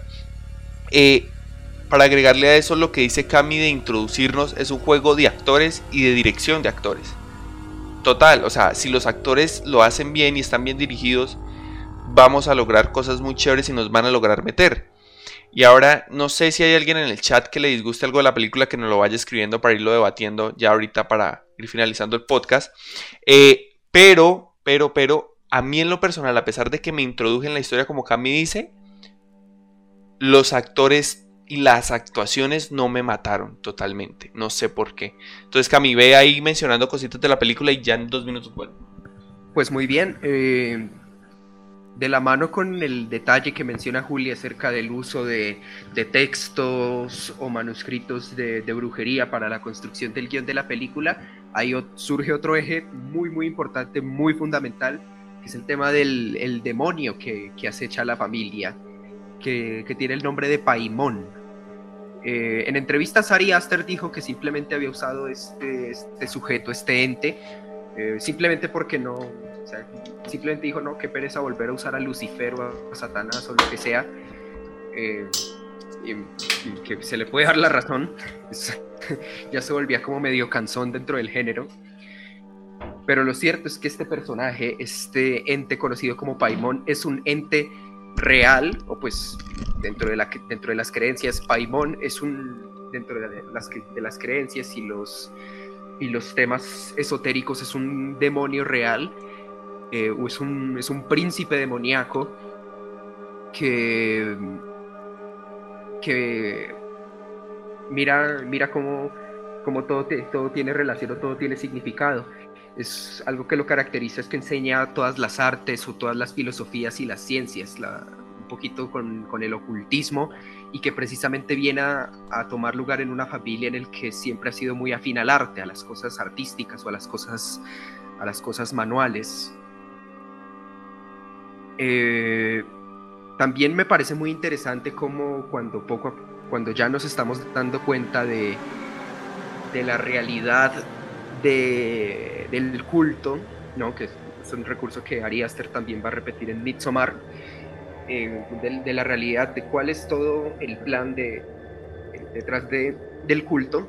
Para agregarle a eso, lo que dice Cami de introducirnos es un juego de actores y de dirección de actores. Total, o sea, si los actores lo hacen bien y están bien dirigidos, vamos a lograr cosas muy chéveres y nos van a lograr meter. Y ahora, no sé si hay alguien en el chat que le disguste algo de la película, que nos lo vaya escribiendo para irlo debatiendo ya ahorita, para ir finalizando el podcast. Pero, a mí en lo personal, a pesar de que me introduje en la historia como Cami dice, los actores y las actuaciones no me mataron totalmente. No sé por qué. Entonces, Cami, ve ahí mencionando cositas de la película y ya en 2 minutos vuelvo.
Pues muy bien. De la mano con el detalle que menciona Julia acerca del uso de textos o manuscritos de brujería para la construcción del guión de la película, ahí surge otro eje muy muy importante, muy fundamental, que es el tema del demonio que acecha a la familia, que tiene el nombre de Paimon. En entrevistas Ari Aster dijo que simplemente había usado este sujeto, este ente, simplemente porque no, o sea, simplemente dijo, no, qué pereza volver a usar a Lucifer o a Satanás o lo que sea, y que se le puede dar la razón. Ya se volvía como medio cansón dentro del género. Pero lo cierto es que este personaje, este ente conocido como Paimon, es un ente real, o pues dentro de las creencias, Paimon es dentro de las creencias y los temas esotéricos, es un demonio real, es un príncipe demoníaco que mira cómo todo tiene relación o todo tiene significado. Es algo que lo caracteriza, es que enseña todas las artes o todas las filosofías y las ciencias, un poquito con el ocultismo, y que precisamente viene a tomar lugar en una familia en el que siempre ha sido muy afín al arte, a las cosas artísticas o a las cosas manuales. También me parece muy interesante cómo cuando ya nos estamos dando cuenta de la realidad del culto, ¿no? Que es un recurso que Ari Aster también va a repetir en Midsommar, de la realidad de cuál es todo el plan detrás del culto.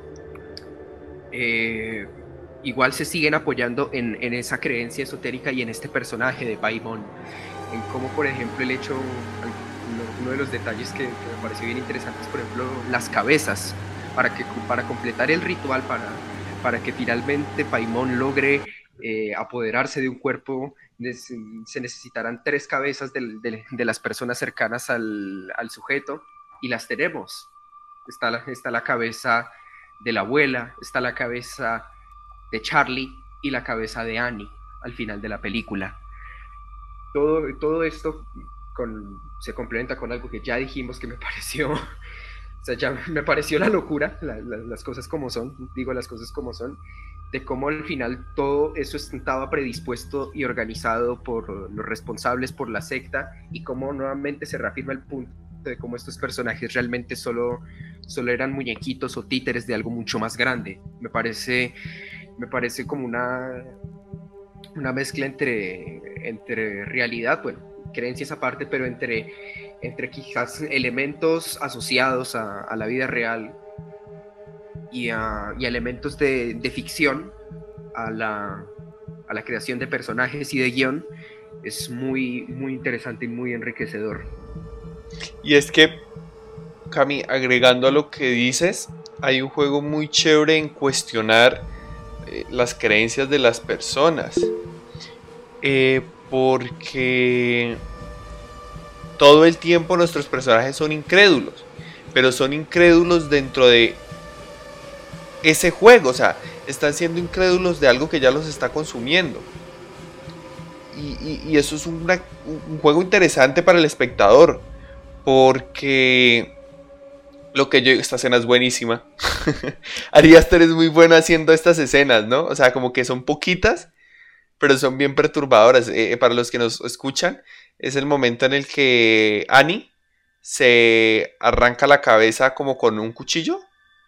Igual se siguen apoyando en esa creencia esotérica y en este personaje de Paimon, en cómo, por ejemplo, uno de los detalles que me pareció bien interesante es, por ejemplo, las cabezas, para completar el ritual, para que finalmente Paimon logre apoderarse de un cuerpo, se necesitarán 3 cabezas de las personas cercanas al sujeto, y las tenemos. Está la cabeza de la abuela, está la cabeza de Charlie y la cabeza de Annie al final de la película. Todo esto se complementa con algo que ya dijimos que me pareció, o sea, ya me pareció la locura, las cosas como son, de cómo al final todo eso estaba predispuesto y organizado por los responsables, por la secta, y cómo nuevamente se reafirma el punto de cómo estos personajes realmente solo eran muñequitos o títeres de algo mucho más grande. Me parece como una mezcla entre realidad, bueno, creencias aparte, pero entre quizás elementos asociados a la vida real y a elementos de ficción, a la creación de personajes y de guión. Es muy, muy interesante y muy enriquecedor.
Y es que, Cami, agregando a lo que dices, hay un juego muy chévere en cuestionar las creencias de las personas, porque todo el tiempo nuestros personajes son incrédulos, pero son incrédulos dentro de ese juego, o sea, están siendo incrédulos de algo que ya los está consumiendo, y eso es un juego interesante para el espectador, porque esta escena es buenísima. Ari Aster es muy bueno haciendo estas escenas, ¿no? O sea, como que son poquitas, pero son bien perturbadoras. Para los que nos escuchan, es el momento en el que Annie se arranca la cabeza como con un cuchillo,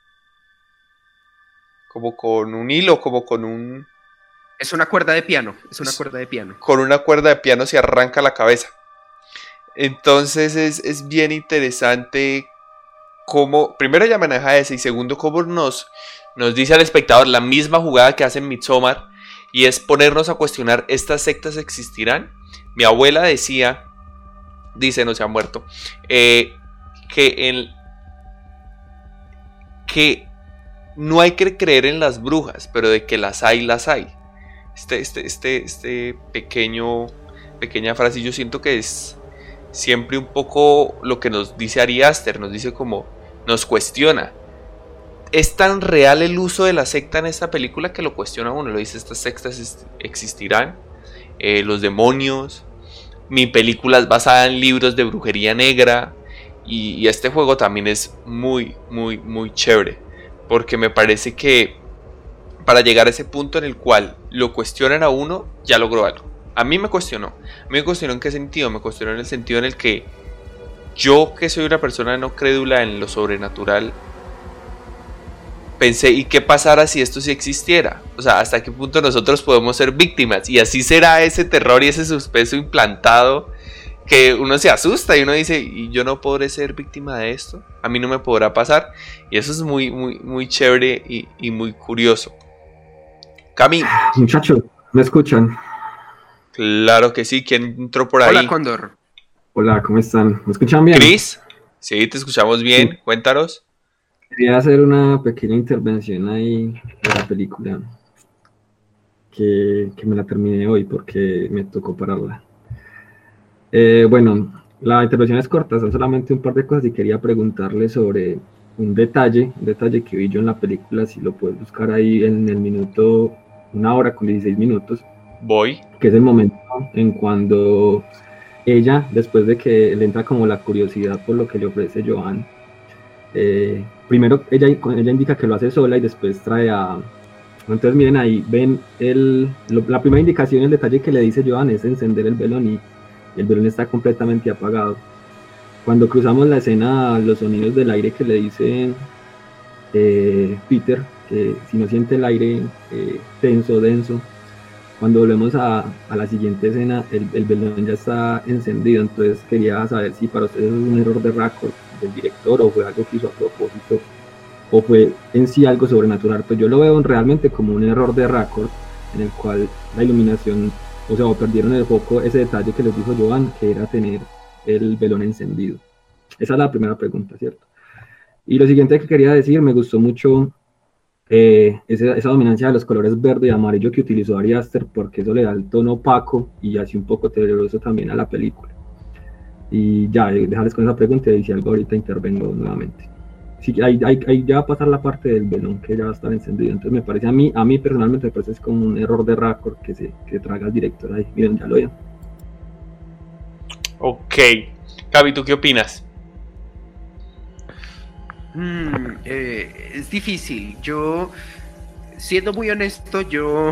como con un hilo, como con un...
Es una cuerda de piano,
Con una cuerda de piano se arranca la cabeza. Entonces es bien interesante cómo, primero ella maneja ese, y segundo cómo nos dice al espectador la misma jugada que hace en Midsommar, y es ponernos a cuestionar, ¿estas sectas existirán? Mi abuela dice, no se ha muerto, que no hay que creer en las brujas, pero de que las hay, las hay. Pequeña frase, yo siento que es siempre un poco lo que nos dice Ari Aster, nos dice como, nos cuestiona. Es tan real el uso de la secta en esta película que lo cuestiona uno, lo dice, estas sectas existirán, los demonios, mi película es basada en libros de brujería negra, y este juego también es muy, muy, muy chévere, porque me parece que para llegar a ese punto en el cual lo cuestionan a uno, ya logró algo. A mí me cuestionó en qué sentido, me cuestionó en el sentido en el que yo, que soy una persona no crédula en lo sobrenatural, pensé, ¿y qué pasara si esto sí existiera? O sea, ¿hasta qué punto nosotros podemos ser víctimas? Y así será ese terror y ese suspenso implantado, que uno se asusta y uno dice, ¿y yo no podré ser víctima de esto? ¿A mí no me podrá pasar? Y eso es muy, muy, muy chévere y muy curioso. Cami.
Muchachos, ¿me escuchan?
Claro que sí, ¿quién entró por ahí?
Hola, Cóndor.
Hola, ¿cómo están? ¿Me escuchan bien?
Chris, sí, te escuchamos bien,
Sí.
cuéntanos.
Quería hacer una pequeña intervención ahí de la película que me la terminé hoy porque me tocó pararla. Bueno, la intervención es corta, son solamente un par de cosas y quería preguntarle sobre un detalle que vi yo en la película, si lo puedes buscar ahí en el minuto, 1 hora con 16 minutos,
Voy.
que es el momento en cuando ella, después de que le entra como la curiosidad por lo que le ofrece Joan, primero ella indica que lo hace sola y después trae a... Entonces miren ahí, ven la primera indicación, el detalle que le dice Joan es encender el velón y el velón está completamente apagado. Cuando cruzamos la escena, los sonidos del aire que le dice Peter, que si no siente el aire tenso, denso, cuando volvemos a la siguiente escena, el velón ya está encendido. Entonces quería saber si para ustedes es un error de Racord del director o fue algo que hizo a propósito o fue en sí algo sobrenatural. Pues yo lo veo realmente como un error de Racord en el cual la iluminación, o sea, o perdieron el foco, ese detalle que les dijo Joan, que era tener el velón encendido. Esa es la primera pregunta, ¿cierto? Y lo siguiente que quería decir, me gustó mucho esa dominancia de los colores verde y amarillo que utilizó Ari Aster, porque eso le da el tono opaco y así un poco tenebroso también a la película. Y ya, dejarles con esa pregunta y si algo ahorita intervengo nuevamente. Sí, ahí ya va a pasar la parte del velón que ya va a estar encendido. Entonces me parece a mí personalmente me parece es como un error de Racord que traga el director ahí. Miren, ya lo veo.
Ok. Gaby, ¿tú qué opinas?
Es difícil. Yo, siendo muy honesto,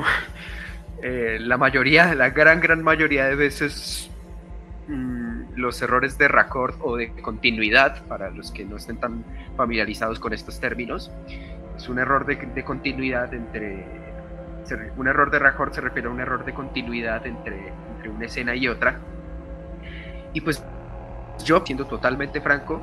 la gran mayoría de veces los errores de raccord o de continuidad, para los que no estén tan familiarizados con estos términos, es un error de continuidad un error de raccord se refiere a un error de continuidad entre una escena y otra. Y pues yo, siendo totalmente franco,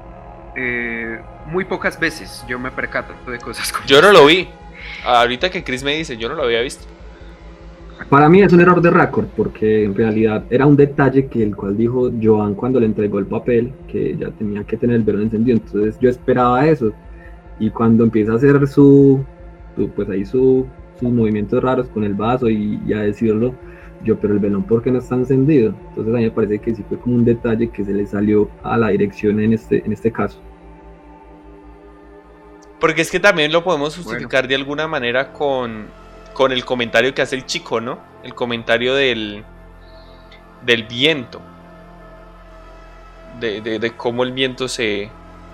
muy pocas veces yo me percato de cosas como
Yo no lo vi. Ahorita que Chris me dice, yo no lo había visto.
Para mí es un error de Racord, porque en realidad era un detalle que el cual dijo Joan cuando le entregó el papel, que ya tenía que tener el velón encendido. Entonces yo esperaba eso. Y cuando empieza a hacer sus movimientos raros con el vaso y a decirlo, pero el velón, ¿por qué no está encendido? Entonces a mí me parece que sí fue como un detalle que se le salió a la dirección en este caso.
Porque es que también lo podemos justificar de alguna manera con el comentario que hace el chico, ¿no? El comentario del viento. De cómo el viento se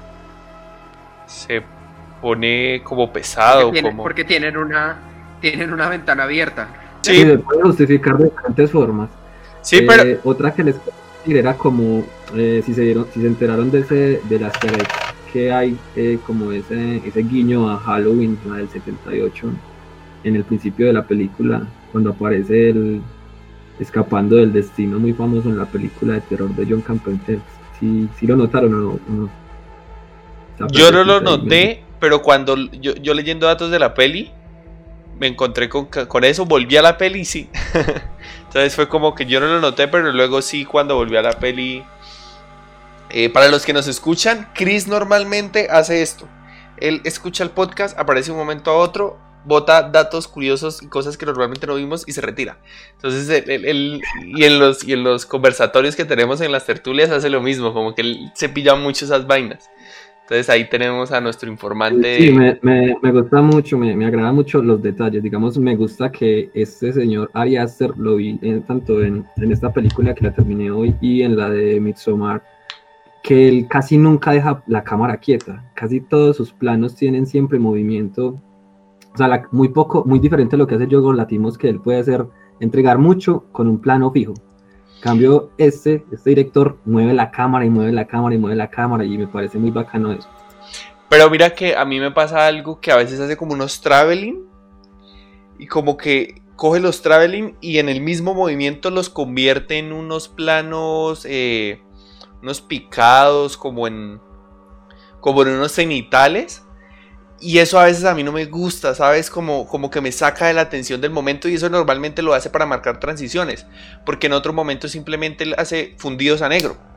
pone como pesado.
Porque tienen una ventana abierta.
Sí, se puede justificar de diferentes formas.
Sí, pero
otra que les quiero decir era como si se enteraron de las que hay como ese guiño a Halloween, la del 78, en el principio de la película, cuando aparece el escapando del destino, muy famoso en la película de terror de John Carpenter. ¿Sí lo notaron o no?
Yo no lo noté, pero cuando yo leyendo datos de la peli, me encontré con eso, volví a la peli y sí. Entonces fue como que yo no lo noté, pero luego sí, cuando volví a la peli. Para los que nos escuchan, Chris normalmente hace esto. Él escucha el podcast, aparece un momento a otro, bota datos curiosos y cosas que normalmente no vimos y se retira. Entonces él y en los conversatorios que tenemos en las tertulias hace lo mismo, como que él se pilla mucho esas vainas. Entonces ahí tenemos a nuestro informante.
Sí, me gusta mucho, me agrada mucho los detalles. Digamos, me gusta que este señor Ari Aster lo vi tanto en esta película que la terminé hoy y en la de Midsommar, que él casi nunca deja la cámara quieta. Casi todos sus planos tienen siempre movimiento. O sea, muy diferente a lo que hace Yorgos Lanthimos, que él puede entregar mucho con un plano fijo. En cambio, este director mueve la cámara y mueve la cámara y mueve la cámara y me parece muy bacano eso.
Pero mira que a mí me pasa algo que a veces hace como unos traveling y como que coge los traveling y en el mismo movimiento los convierte en unos planos, unos picados como en unos cenitales. Y eso a veces a mí no me gusta, ¿sabes? Como que me saca de la atención del momento y eso normalmente lo hace para marcar transiciones. Porque en otro momento simplemente hace fundidos a negro.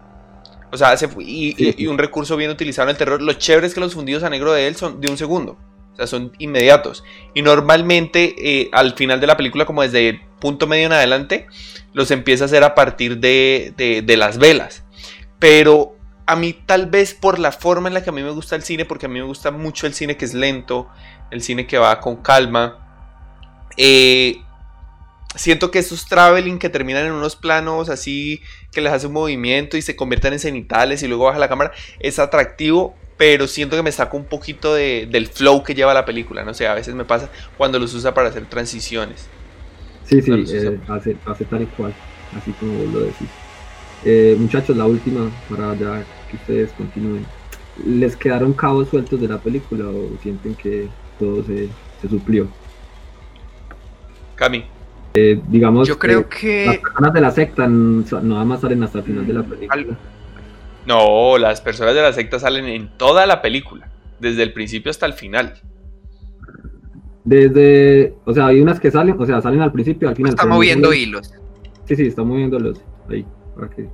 O sea, y un recurso bien utilizado en el terror. Lo chévere es que los fundidos a negro de él son de un segundo. O sea, son inmediatos. Y normalmente al final de la película, como desde el punto medio en adelante, los empieza a hacer a partir de las velas. Pero a mí tal vez por la forma en la que a mí me gusta el cine, porque a mí me gusta mucho el cine que es lento, el cine que va con calma, siento que esos traveling que terminan en unos planos así, que les hace un movimiento y se convierten en cenitales y luego baja la cámara, es atractivo, pero siento que me saca un poquito del flow que lleva la película, no sé, a veces me pasa cuando los usa para hacer transiciones.
Sí, hace tal y cual, así como vos lo decís. Muchachos, la última, para ya que ustedes continúen. ¿Les quedaron cabos sueltos de la película o sienten que todo se suplió?
Cami.
Digamos,
yo creo que
las personas de la secta nada más salen hasta el final de la película.
No, las personas de la secta salen en toda la película, desde el principio hasta el final.
O sea, hay unas que salen, o sea, salen al principio, al final.
Está moviendo hilos.
Sí, está moviéndolos ahí, para que...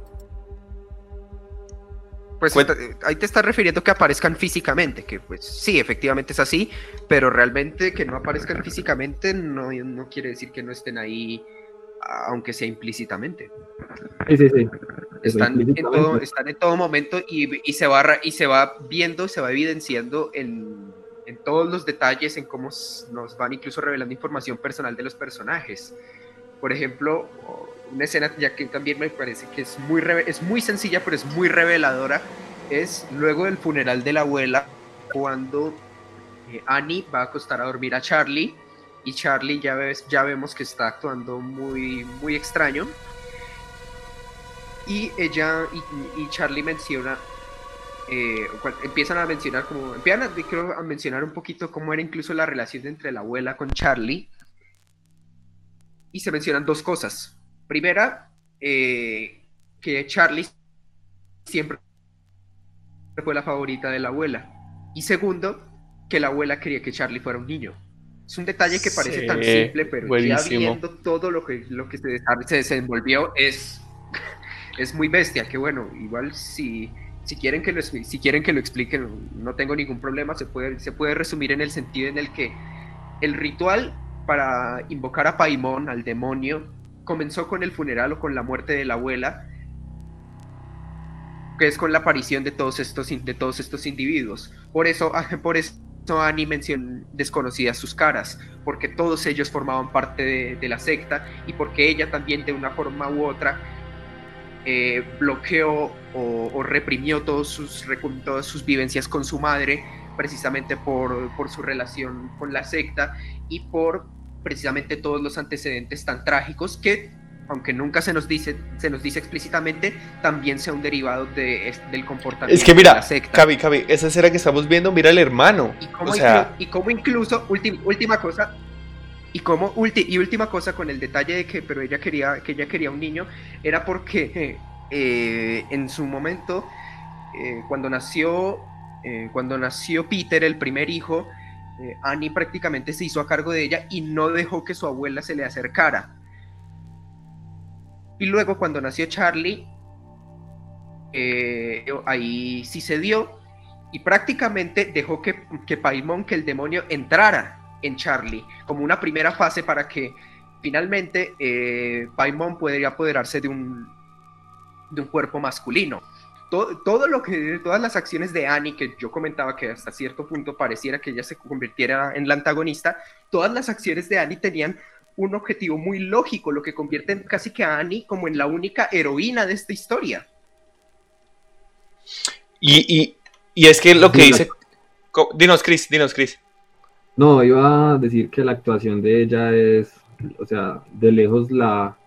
Pues ahí te estás refiriendo que aparezcan físicamente, que pues sí, efectivamente es así, pero realmente que no aparezcan físicamente no quiere decir que no estén ahí, aunque sea implícitamente.
Sí.
Están en todo momento y se va viendo, se va evidenciando en todos los detalles, en cómo nos van incluso revelando información personal de los personajes. Por ejemplo, una escena ya que también me parece que es muy sencilla, pero es muy reveladora, es luego del funeral de la abuela, cuando Annie va a acostar a dormir a Charlie, y Charlie ya vemos que está actuando muy, muy extraño, y Charlie menciona, empiezan a mencionar un poquito cómo era incluso la relación entre la abuela con Charlie, y se mencionan dos cosas. Primera, que Charlie siempre fue la favorita de la abuela. Y segundo, que la abuela quería que Charlie fuera un niño. Es un detalle que parece tan simple, pero buenísimo. Ya viendo todo lo que se desenvolvió es muy bestia. Que bueno, igual si quieren que lo expliquen, no tengo ningún problema. Se puede resumir en el sentido en el que el ritual para invocar a Paimon, al demonio, comenzó con el funeral o con la muerte de la abuela, que es con la aparición de todos estos individuos. Por eso Annie desconocía sus caras, porque todos ellos formaban parte de la secta, y porque ella también de una forma u otra bloqueó o reprimió todas sus vivencias con su madre, precisamente por su relación con la secta y por precisamente todos los antecedentes tan trágicos que, aunque nunca se nos dice explícitamente, también sea un derivado del comportamiento.
Es que mira,
de la secta.
Cabi, esa escena que estamos viendo, mira el hermano.
Y como incluso, última cosa con el detalle de que ella quería un niño, era porque en su momento, cuando nació Peter, el primer hijo, Annie prácticamente se hizo a cargo de ella y no dejó que su abuela se le acercara. Y luego cuando nació Charlie, ahí sí se dio y prácticamente dejó que Paimon, que el demonio, entrara en Charlie como una primera fase para que finalmente Paimon pudiera apoderarse de un cuerpo masculino. Todas las acciones de Annie, que yo comentaba que hasta cierto punto pareciera que ella se convirtiera en la antagonista, todas las acciones de Annie tenían un objetivo muy lógico, lo que convierte casi que a Annie como en la única heroína de esta historia.
Y es que lo que dice... Dinos, Chris.
No, iba a decir que la actuación de ella es, o sea, de lejos la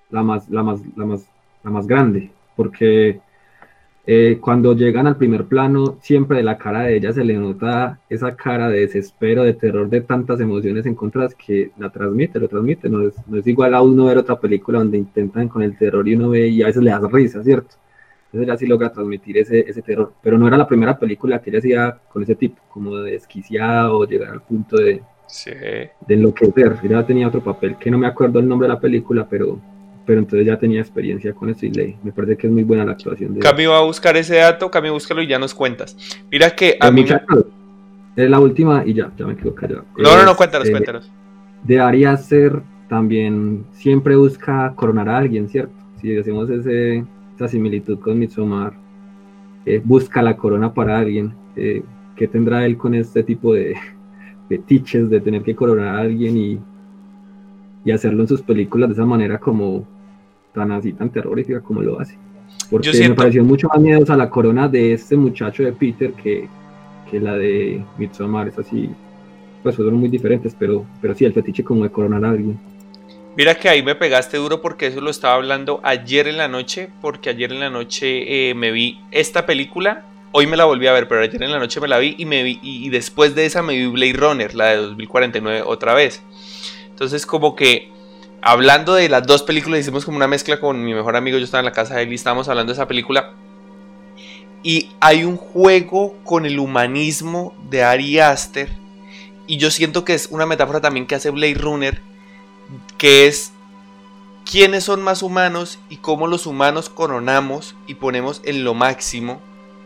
más grande, porque cuando llegan al primer plano, siempre de la cara de ella se le nota esa cara de desespero, de terror, de tantas emociones encontradas que lo transmite. No es igual a uno ver otra película donde intentan con el terror y uno ve y a veces le da risa, ¿cierto? Entonces ella sí logra transmitir ese terror, pero no era la primera película que ella hacía con ese tipo, como de desquiciada o llegar al punto de enloquecer. Ella tenía otro papel que no me acuerdo el nombre de la película, pero pero entonces ya tenía experiencia con eso y me parece que es muy buena la actuación de
Cami va a buscar ese dato, Cami, búscalo y ya nos cuentas. Mira que a
el
mí...
muchacho. Es la última y ya me quedo callado.
No, cuéntanos.
De Ari Aster también siempre busca coronar a alguien, ¿cierto? Si hacemos esa similitud con Midsommar, busca la corona para alguien. ¿Qué tendrá él con este tipo de fetiches de tener que coronar a alguien y hacerlo en sus películas de esa manera como tan terrorífica como lo hace? Porque me pareció mucho más miedosa la corona de este muchacho de Peter que la de Midsommar. Es así, pues son muy diferentes, pero sí, el fetiche como de coronar a alguien.
Mira que ahí me pegaste duro porque eso lo estaba hablando ayer en la noche, porque ayer en la noche me vi esta película, hoy me la volví a ver, pero ayer en la noche me la vi y después de esa me vi Blade Runner, la de 2049 otra vez. Entonces como que hablando de las dos películas hicimos como una mezcla con mi mejor amigo, yo estaba en la casa de él y estábamos hablando de esa película. Y hay un juego con el humanismo de Ari Aster, y yo siento que es una metáfora también que hace Blade Runner, que es quiénes son más humanos y cómo los humanos coronamos y ponemos en lo máximo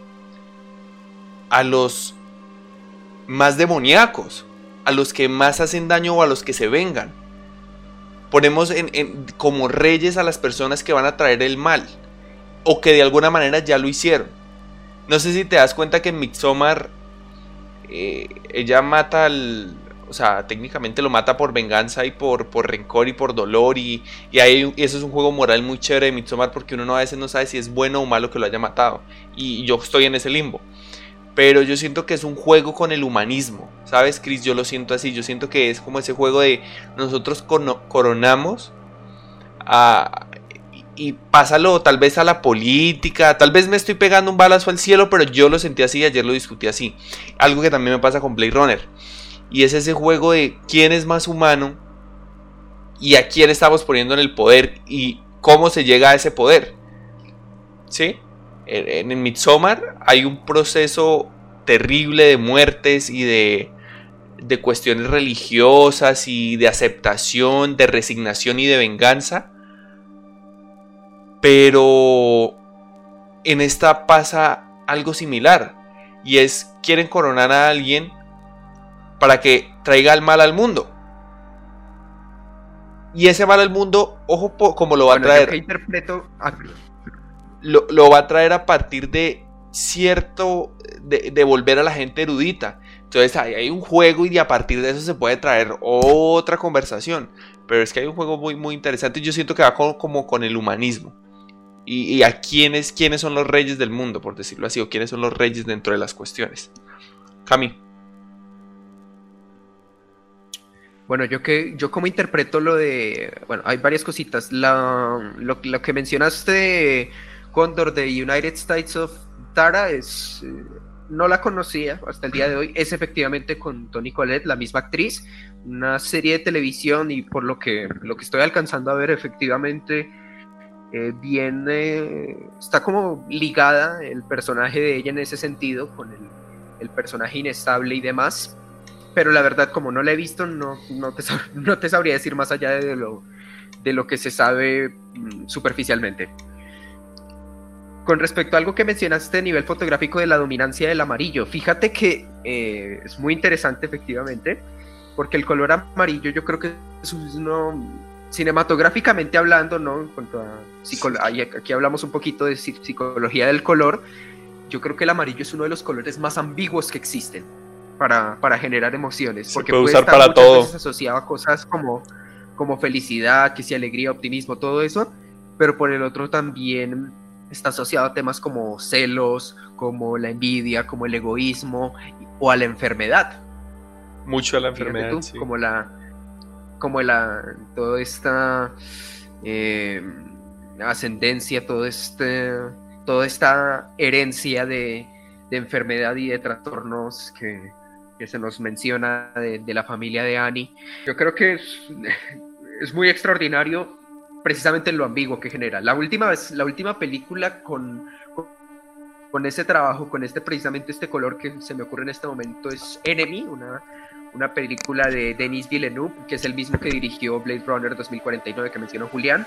a los más demoníacos, a los que más hacen daño o a los que se vengan. Ponemos como reyes a las personas que van a traer el mal o que de alguna manera ya lo hicieron. No sé si te das cuenta que en Midsommar ella mata o sea, técnicamente lo mata por venganza y por rencor y por dolor, y eso es un juego moral muy chévere de Midsommar, porque uno a veces no sabe si es bueno o malo que lo haya matado, y yo estoy en ese limbo, pero yo siento que es un juego con el humanismo, ¿sabes, Chris? Yo lo siento así, yo siento que es como ese juego de nosotros coronamos y pásalo tal vez a la política, tal vez me estoy pegando un balazo al cielo, pero yo lo sentí así, ayer lo discutí así, algo que también me pasa con Blade Runner. Y es ese juego de quién es más humano y a quién estamos poniendo en el poder y cómo se llega a ese poder. ¿Sí? En Midsommar hay un proceso terrible de muertes y de cuestiones religiosas y de aceptación, de resignación y de venganza. Pero en esta pasa algo similar. Y es, quieren coronar a alguien para que traiga el mal al mundo. Y ese mal al mundo, ojo como lo va a traer.
Yo que interpreto...
Lo va a traer a partir de cierto... De volver a la gente erudita. Entonces hay un juego y a partir de eso se puede traer otra conversación. Pero es que hay un juego muy, muy interesante. Y yo siento que va como con el humanismo. Y a quiénes son los reyes del mundo, por decirlo así. O quiénes son los reyes dentro de las cuestiones. Cami.
Bueno, yo como interpreto lo de... Bueno, hay varias cositas. Lo que mencionaste de Cóndor de United States of Tara es... no la conocía hasta el día de hoy. Es efectivamente con Toni Collette, la misma actriz. Una serie de televisión y por lo que estoy alcanzando a ver, efectivamente está como ligada el personaje de ella en ese sentido con el personaje inestable y demás. Pero la verdad, como no la he visto, no te sabría decir más allá de lo que se sabe superficialmente. Con respecto a algo que mencionaste a nivel fotográfico de la dominancia del amarillo, fíjate que es muy interesante efectivamente, porque el color amarillo yo creo que es uno, cinematográficamente hablando, ¿no? En cuanto a aquí hablamos un poquito de psicología del color, yo creo que el amarillo es uno de los colores más ambiguos que existen para generar emociones, porque
puede
usar
estar para
muchas
todo.
veces asociado a cosas como felicidad, que sea alegría, optimismo, todo eso, pero por el otro también está asociado a temas como celos, como la envidia, como el egoísmo o a la enfermedad.
Mucho a la enfermedad,
tú,
sí.
Toda esta ascendencia, toda esta herencia de enfermedad y de trastornos que se nos menciona de la familia de Annie. Yo creo que es muy extraordinario precisamente en lo ambiguo que genera. La última película con ese trabajo, con precisamente este color que se me ocurre en este momento es Enemy, una película de Denis Villeneuve, que es el mismo que dirigió Blade Runner 2049 que mencionó Julián.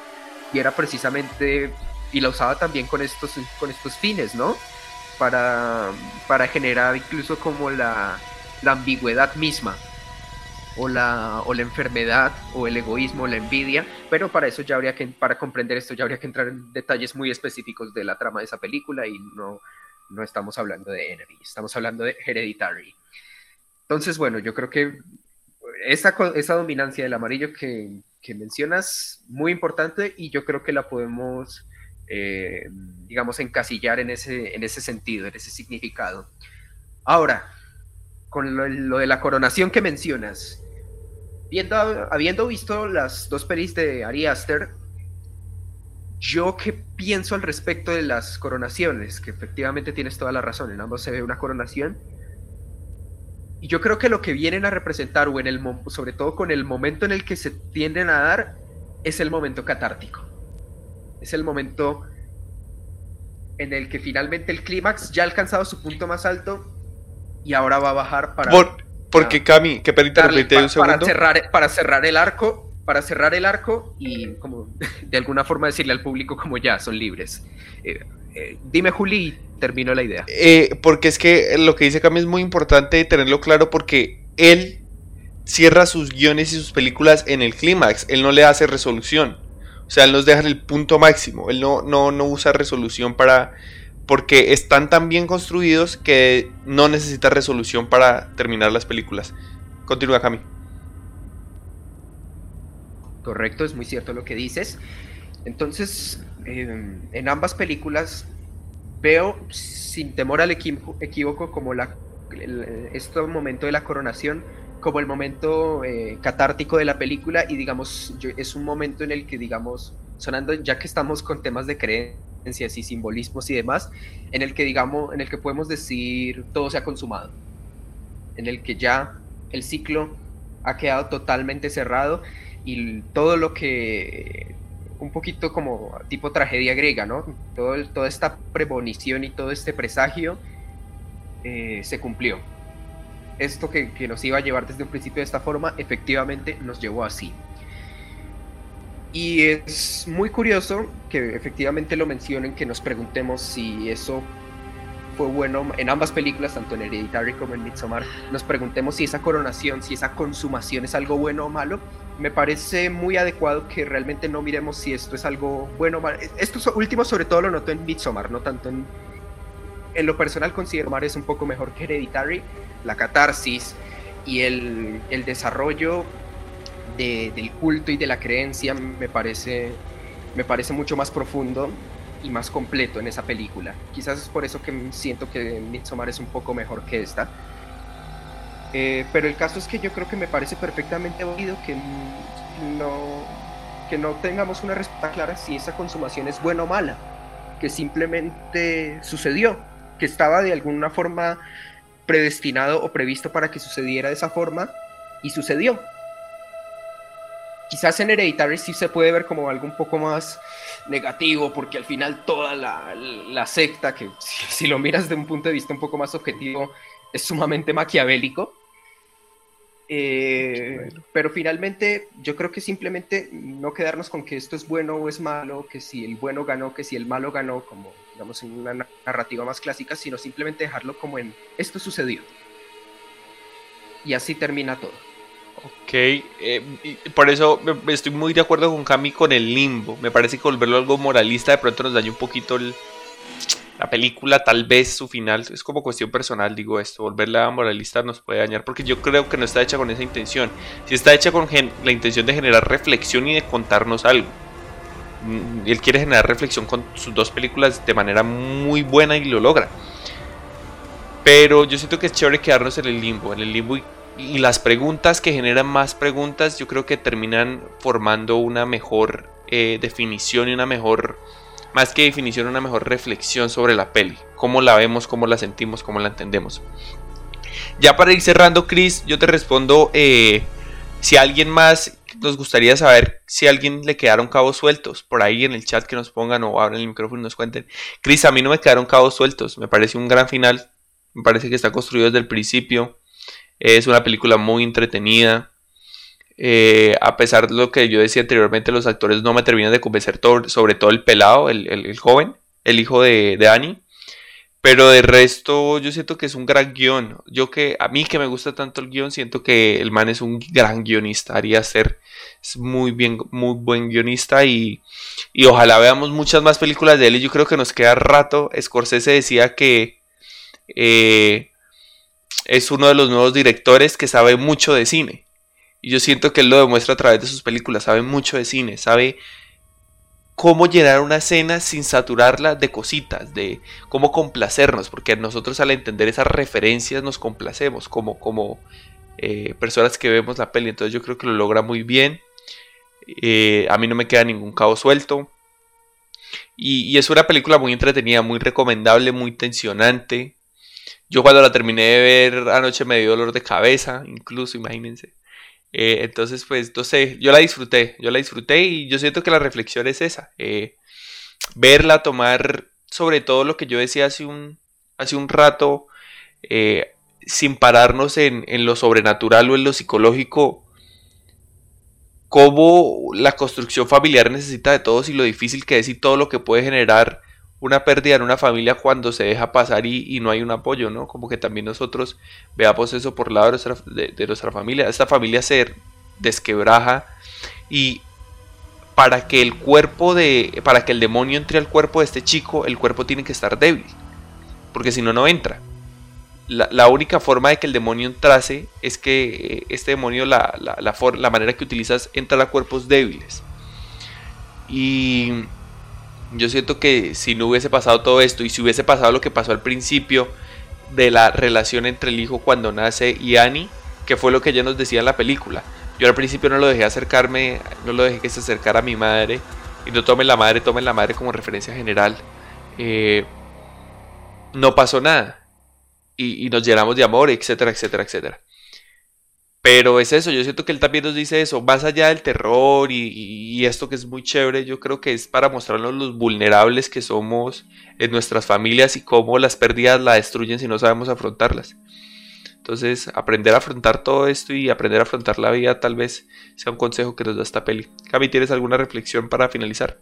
y era precisamente, y la usaba también con estos fines, ¿no? Para generar incluso como la ambigüedad misma, o la enfermedad, o el egoísmo, o la envidia, pero para eso ya habría que, para comprender esto ya habría que entrar en detalles muy específicos de la trama de esa película, y no estamos hablando de Enemy, estamos hablando de Hereditary. Entonces, bueno, yo creo que esa dominancia del amarillo que mencionas, muy importante, y yo creo que la podemos, digamos, encasillar en ese sentido, en ese significado. Ahora, con lo de la coronación que mencionas, habiendo visto las dos pelis de Ari Aster, yo qué pienso al respecto de las coronaciones, que efectivamente tienes toda la razón, en ambos se ve una coronación, y yo creo que lo que vienen a representar, o sobre todo con el momento en el que se tienden a dar, es el momento catártico. Es el momento en el que finalmente el clímax ya ha alcanzado su punto más alto y ahora va a bajar para...
Porque Cami, qué pena interrumpirte un segundo.
Para cerrar el arco y como de alguna forma decirle al público como ya, son libres. Dime, Juli, y termino la idea.
Porque es que lo que dice Cami es muy importante tenerlo claro, porque él cierra sus guiones y sus películas en el clímax, él no le hace resolución, o sea, él nos deja en el punto máximo, él no usa resolución porque están tan bien construidos que no necesita resolución para terminar las películas. Continúa, Cami.
Correcto, es muy cierto lo que dices. Entonces, en ambas películas veo, sin temor al equívoco, como este momento de la coronación como el momento catártico de la película, y digamos, es un momento en el que, digamos, sonando, ya que estamos con temas de creencias y simbolismos y demás, en el que podemos decir todo se ha consumado, en el que ya el ciclo ha quedado totalmente cerrado, y todo lo que, un poquito como tipo tragedia griega, ¿no? Toda esta premonición y todo este presagio se cumplió. Esto que nos iba a llevar desde un principio de esta forma, efectivamente nos llevó así. Y es muy curioso que efectivamente lo mencionen, que nos preguntemos si eso fue bueno en ambas películas, tanto en Hereditary como en Midsommar. Nos preguntemos si esa coronación, si esa consumación es algo bueno o malo. Me parece muy adecuado que realmente no miremos si esto es algo bueno o malo. Esto último sobre todo lo noto en Midsommar, no tanto en lo personal considero que Midsommar es un poco mejor que Hereditary. La catarsis y el desarrollo del culto y de la creencia me parece mucho más profundo y más completo en esa película. Quizás es por eso que siento que Midsommar es un poco mejor que esta. Pero el caso es que yo creo que me parece perfectamente válido que no tengamos una respuesta clara si esa consumación es buena o mala, que simplemente sucedió, que estaba de alguna forma predestinado o previsto para que sucediera de esa forma, y sucedió. Quizás en Hereditary sí se puede ver como algo un poco más negativo, porque al final toda la secta, que si lo miras de un punto de vista un poco más objetivo, es sumamente maquiavélico. Pero finalmente yo creo que simplemente no quedarnos con que esto es bueno o es malo, que si el bueno ganó, que si el malo ganó, como digamos en una narrativa más clásica, sino simplemente dejarlo como en esto sucedió, y así termina todo.
Ok, por eso estoy muy de acuerdo con Cami con el limbo. Me parece que volverlo algo moralista de pronto nos daña un poquito la película, tal vez su final. Es como cuestión personal, digo esto. Volverla moralista nos puede dañar, porque yo creo que no está hecha con esa intención. Si está hecha con la intención de generar reflexión y de contarnos algo. Él quiere generar reflexión con sus dos películas de manera muy buena y lo logra. Pero yo siento que es chévere quedarnos en el limbo y las preguntas que generan más preguntas, yo creo que terminan formando una mejor definición y una mejor, más que definición, una mejor reflexión sobre la peli. Cómo la vemos, cómo la sentimos, cómo la entendemos. Ya para ir cerrando, Chris, yo te respondo, si alguien más nos gustaría saber, si a alguien le quedaron cabos sueltos, por ahí en el chat que nos pongan o abran el micrófono y nos cuenten. Chris, a mí no me quedaron cabos sueltos, me parece un gran final, me parece que está construido desde el principio. Es una película muy entretenida. A pesar de lo que yo decía anteriormente, los actores no me terminan de convencer, sobre todo el pelado, el joven, el hijo de Annie. Pero de resto yo siento que es un gran guión. A mí que me gusta tanto el guión, siento que el man es un gran guionista. Es muy buen guionista y ojalá veamos muchas más películas de él. Y yo creo que nos queda rato. Scorsese decía que es uno de los nuevos directores que sabe mucho de cine. Y yo siento que él lo demuestra a través de sus películas. Sabe mucho de cine, sabe cómo llenar una escena sin saturarla de cositas, de cómo complacernos, porque nosotros al entender esas referencias nos complacemos como personas que vemos la peli. Entonces yo creo que lo logra muy bien. A mí no me queda ningún cabo suelto. Y es una película muy entretenida, muy recomendable, muy tensionante. Yo cuando la terminé de ver anoche me dio dolor de cabeza, incluso, imagínense. Entonces, pues, no sé, yo la disfruté y yo siento que la reflexión es esa. Verla, tomar sobre todo lo que yo decía hace un rato, sin pararnos en lo sobrenatural o en lo psicológico, cómo la construcción familiar necesita de todos y lo difícil que es y todo lo que puede generar una pérdida en una familia cuando se deja pasar y no hay un apoyo, ¿no? Como que también nosotros veamos eso por el lado de nuestra familia. Esta familia se desquebraja y para que el demonio entre al cuerpo de este chico, el cuerpo tiene que estar débil, porque si no, no entra. La única forma de que el demonio entrase es que este demonio, la manera que utilizas, entra a cuerpos débiles. Y yo siento que si no hubiese pasado todo esto y si hubiese pasado lo que pasó al principio de la relación entre el hijo cuando nace y Annie, que fue lo que ella nos decía en la película. Yo al principio no lo dejé acercarme, no lo dejé que se acercara a mi madre. Y no tomen la madre como referencia general. No pasó nada. Y nos llenamos de amor, etcétera, etcétera, etcétera. Pero es eso, yo siento que él también nos dice eso, más allá del terror y esto que es muy chévere, yo creo que es para mostrarnos los vulnerables que somos en nuestras familias y cómo las pérdidas la destruyen si no sabemos afrontarlas. Entonces, aprender a afrontar todo esto y aprender a afrontar la vida tal vez sea un consejo que nos da esta peli. Cami, ¿tienes alguna reflexión para finalizar?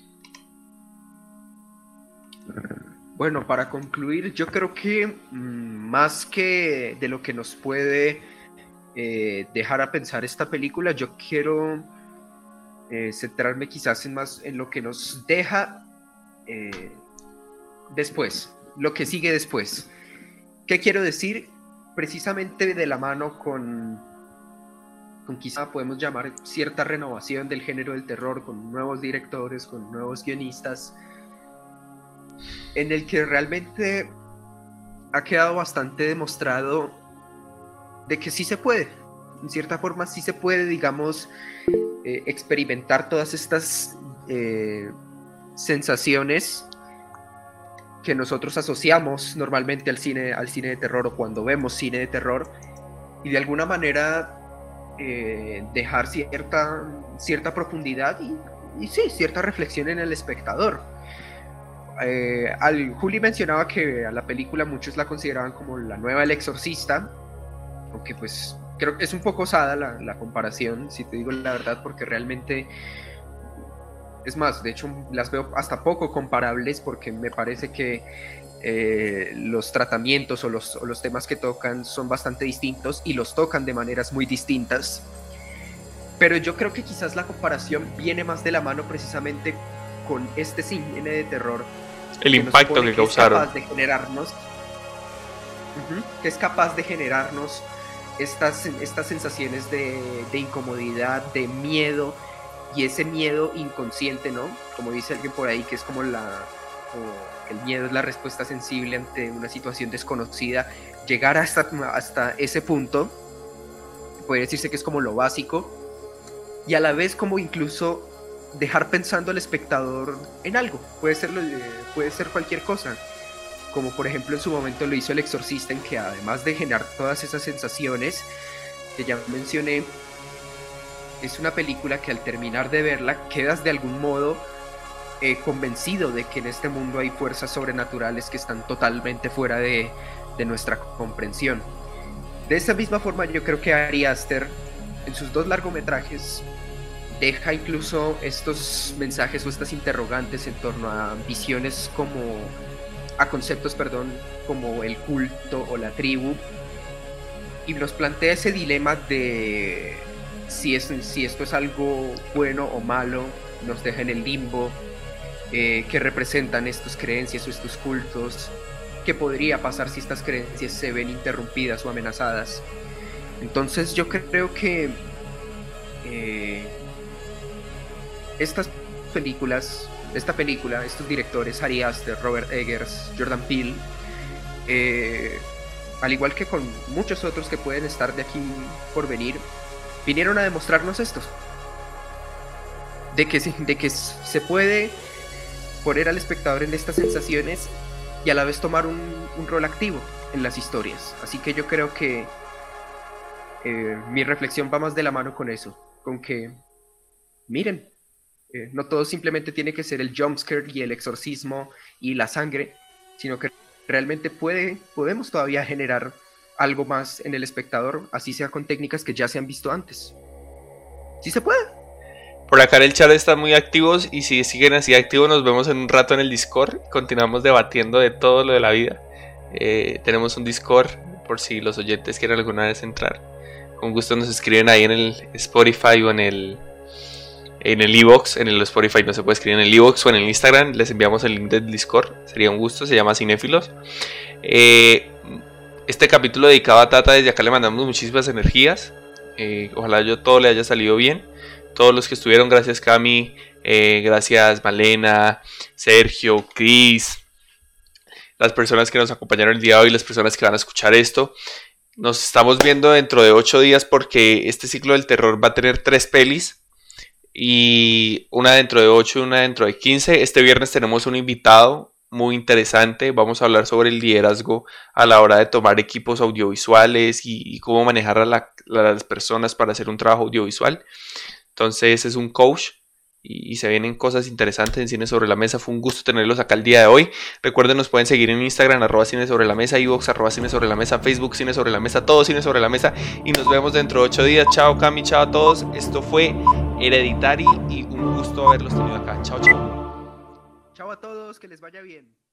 Bueno, para concluir, yo creo que más que de lo que nos puede dejar a pensar esta película, yo quiero centrarme quizás más en lo que nos deja después, lo que sigue después. ¿Qué quiero decir? Precisamente de la mano con quizá podemos llamar cierta renovación del género del terror, con nuevos directores, con nuevos guionistas, en el que realmente ha quedado bastante demostrado de que sí se puede, en cierta forma sí se puede, digamos, experimentar todas estas sensaciones que nosotros asociamos normalmente al cine de terror o cuando vemos cine de terror, y de alguna manera dejar cierta profundidad y sí, cierta reflexión en el espectador. Juli mencionaba que a la película muchos la consideraban como la nueva El Exorcista, aunque pues creo que es un poco osada la comparación, si te digo la verdad, porque realmente, es más, de hecho las veo hasta poco comparables, porque me parece que los tratamientos o los temas que tocan son bastante distintos y los tocan de maneras muy distintas. Pero yo creo que quizás la comparación viene más de la mano precisamente con este cine de terror.
El impacto que causaron.
Que es capaz de generarnos estas sensaciones de incomodidad, de miedo, y ese miedo inconsciente, ¿no? Como dice alguien por ahí, que es como el miedo es la respuesta sensible ante una situación desconocida. Llegar hasta ese punto, podría decirse que es como lo básico, y a la vez como incluso dejar pensando al espectador en algo. Puede ser cualquier cosa, como por ejemplo en su momento lo hizo El Exorcista, en que además de generar todas esas sensaciones que ya mencioné, es una película que al terminar de verla quedas de algún modo convencido de que en este mundo hay fuerzas sobrenaturales que están totalmente fuera de nuestra comprensión. De esa misma forma yo creo que Ari Aster en sus 2 largometrajes deja incluso estos mensajes o estas interrogantes en torno a visiones a conceptos, como el culto o la tribu, y nos plantea ese dilema de si esto es algo bueno o malo, nos deja en el limbo, qué representan estas creencias o estos cultos, qué podría pasar si estas creencias se ven interrumpidas o amenazadas. Entonces yo creo que esta película, estos directores, Ari Aster, Robert Eggers, Jordan Peele, al igual que con muchos otros que pueden estar de aquí por venir, vinieron a demostrarnos esto, de que se puede poner al espectador en estas sensaciones y a la vez tomar un rol activo en las historias. Así que yo creo que mi reflexión va más de la mano con eso, con que miren, no todo simplemente tiene que ser el jumpscare y el exorcismo y la sangre, sino que realmente podemos todavía generar algo más en el espectador, así sea con técnicas que ya se han visto antes. Sí se puede.
Por acá en el chat están muy activos, y si siguen así activos nos vemos en un rato en el Discord. Continuamos debatiendo de todo lo de la vida. Tenemos un Discord por si los oyentes quieren alguna vez entrar. Con gusto nos escriben ahí en el Spotify o en el iVoox. En el Spotify no se puede escribir, en el iVoox o en el Instagram. Les enviamos el link del Discord. Sería un gusto, se llama Cinéfilos. Este capítulo dedicado a Tata, desde acá le mandamos muchísimas energías. Ojalá todo le haya salido bien. Todos los que estuvieron, gracias Cami, gracias Malena, Sergio, Cris, las personas que nos acompañaron el día de hoy, las personas que van a escuchar esto. Nos estamos viendo dentro de 8 días porque este ciclo del terror va a tener 3 pelis, y una dentro de 8 y una dentro de 15. Este viernes tenemos un invitado muy interesante. Vamos a hablar sobre el liderazgo a la hora de tomar equipos audiovisuales y cómo manejar a las personas para hacer un trabajo audiovisual. Entonces es un coach y se vienen cosas interesantes en Cine Sobre la Mesa. Fue un gusto tenerlos acá el día de hoy. Recuerden, nos pueden seguir en Instagram, @Cine Sobre la Mesa, iVoox, @Cine Sobre la Mesa, Facebook, Cine Sobre la Mesa, todo Cine Sobre la Mesa. Y nos vemos dentro de 8 días. Chao Cami, chao a todos. Esto fue Hereditary y un gusto haberlos tenido acá. Chao, chao.
Chao a todos, que les vaya bien.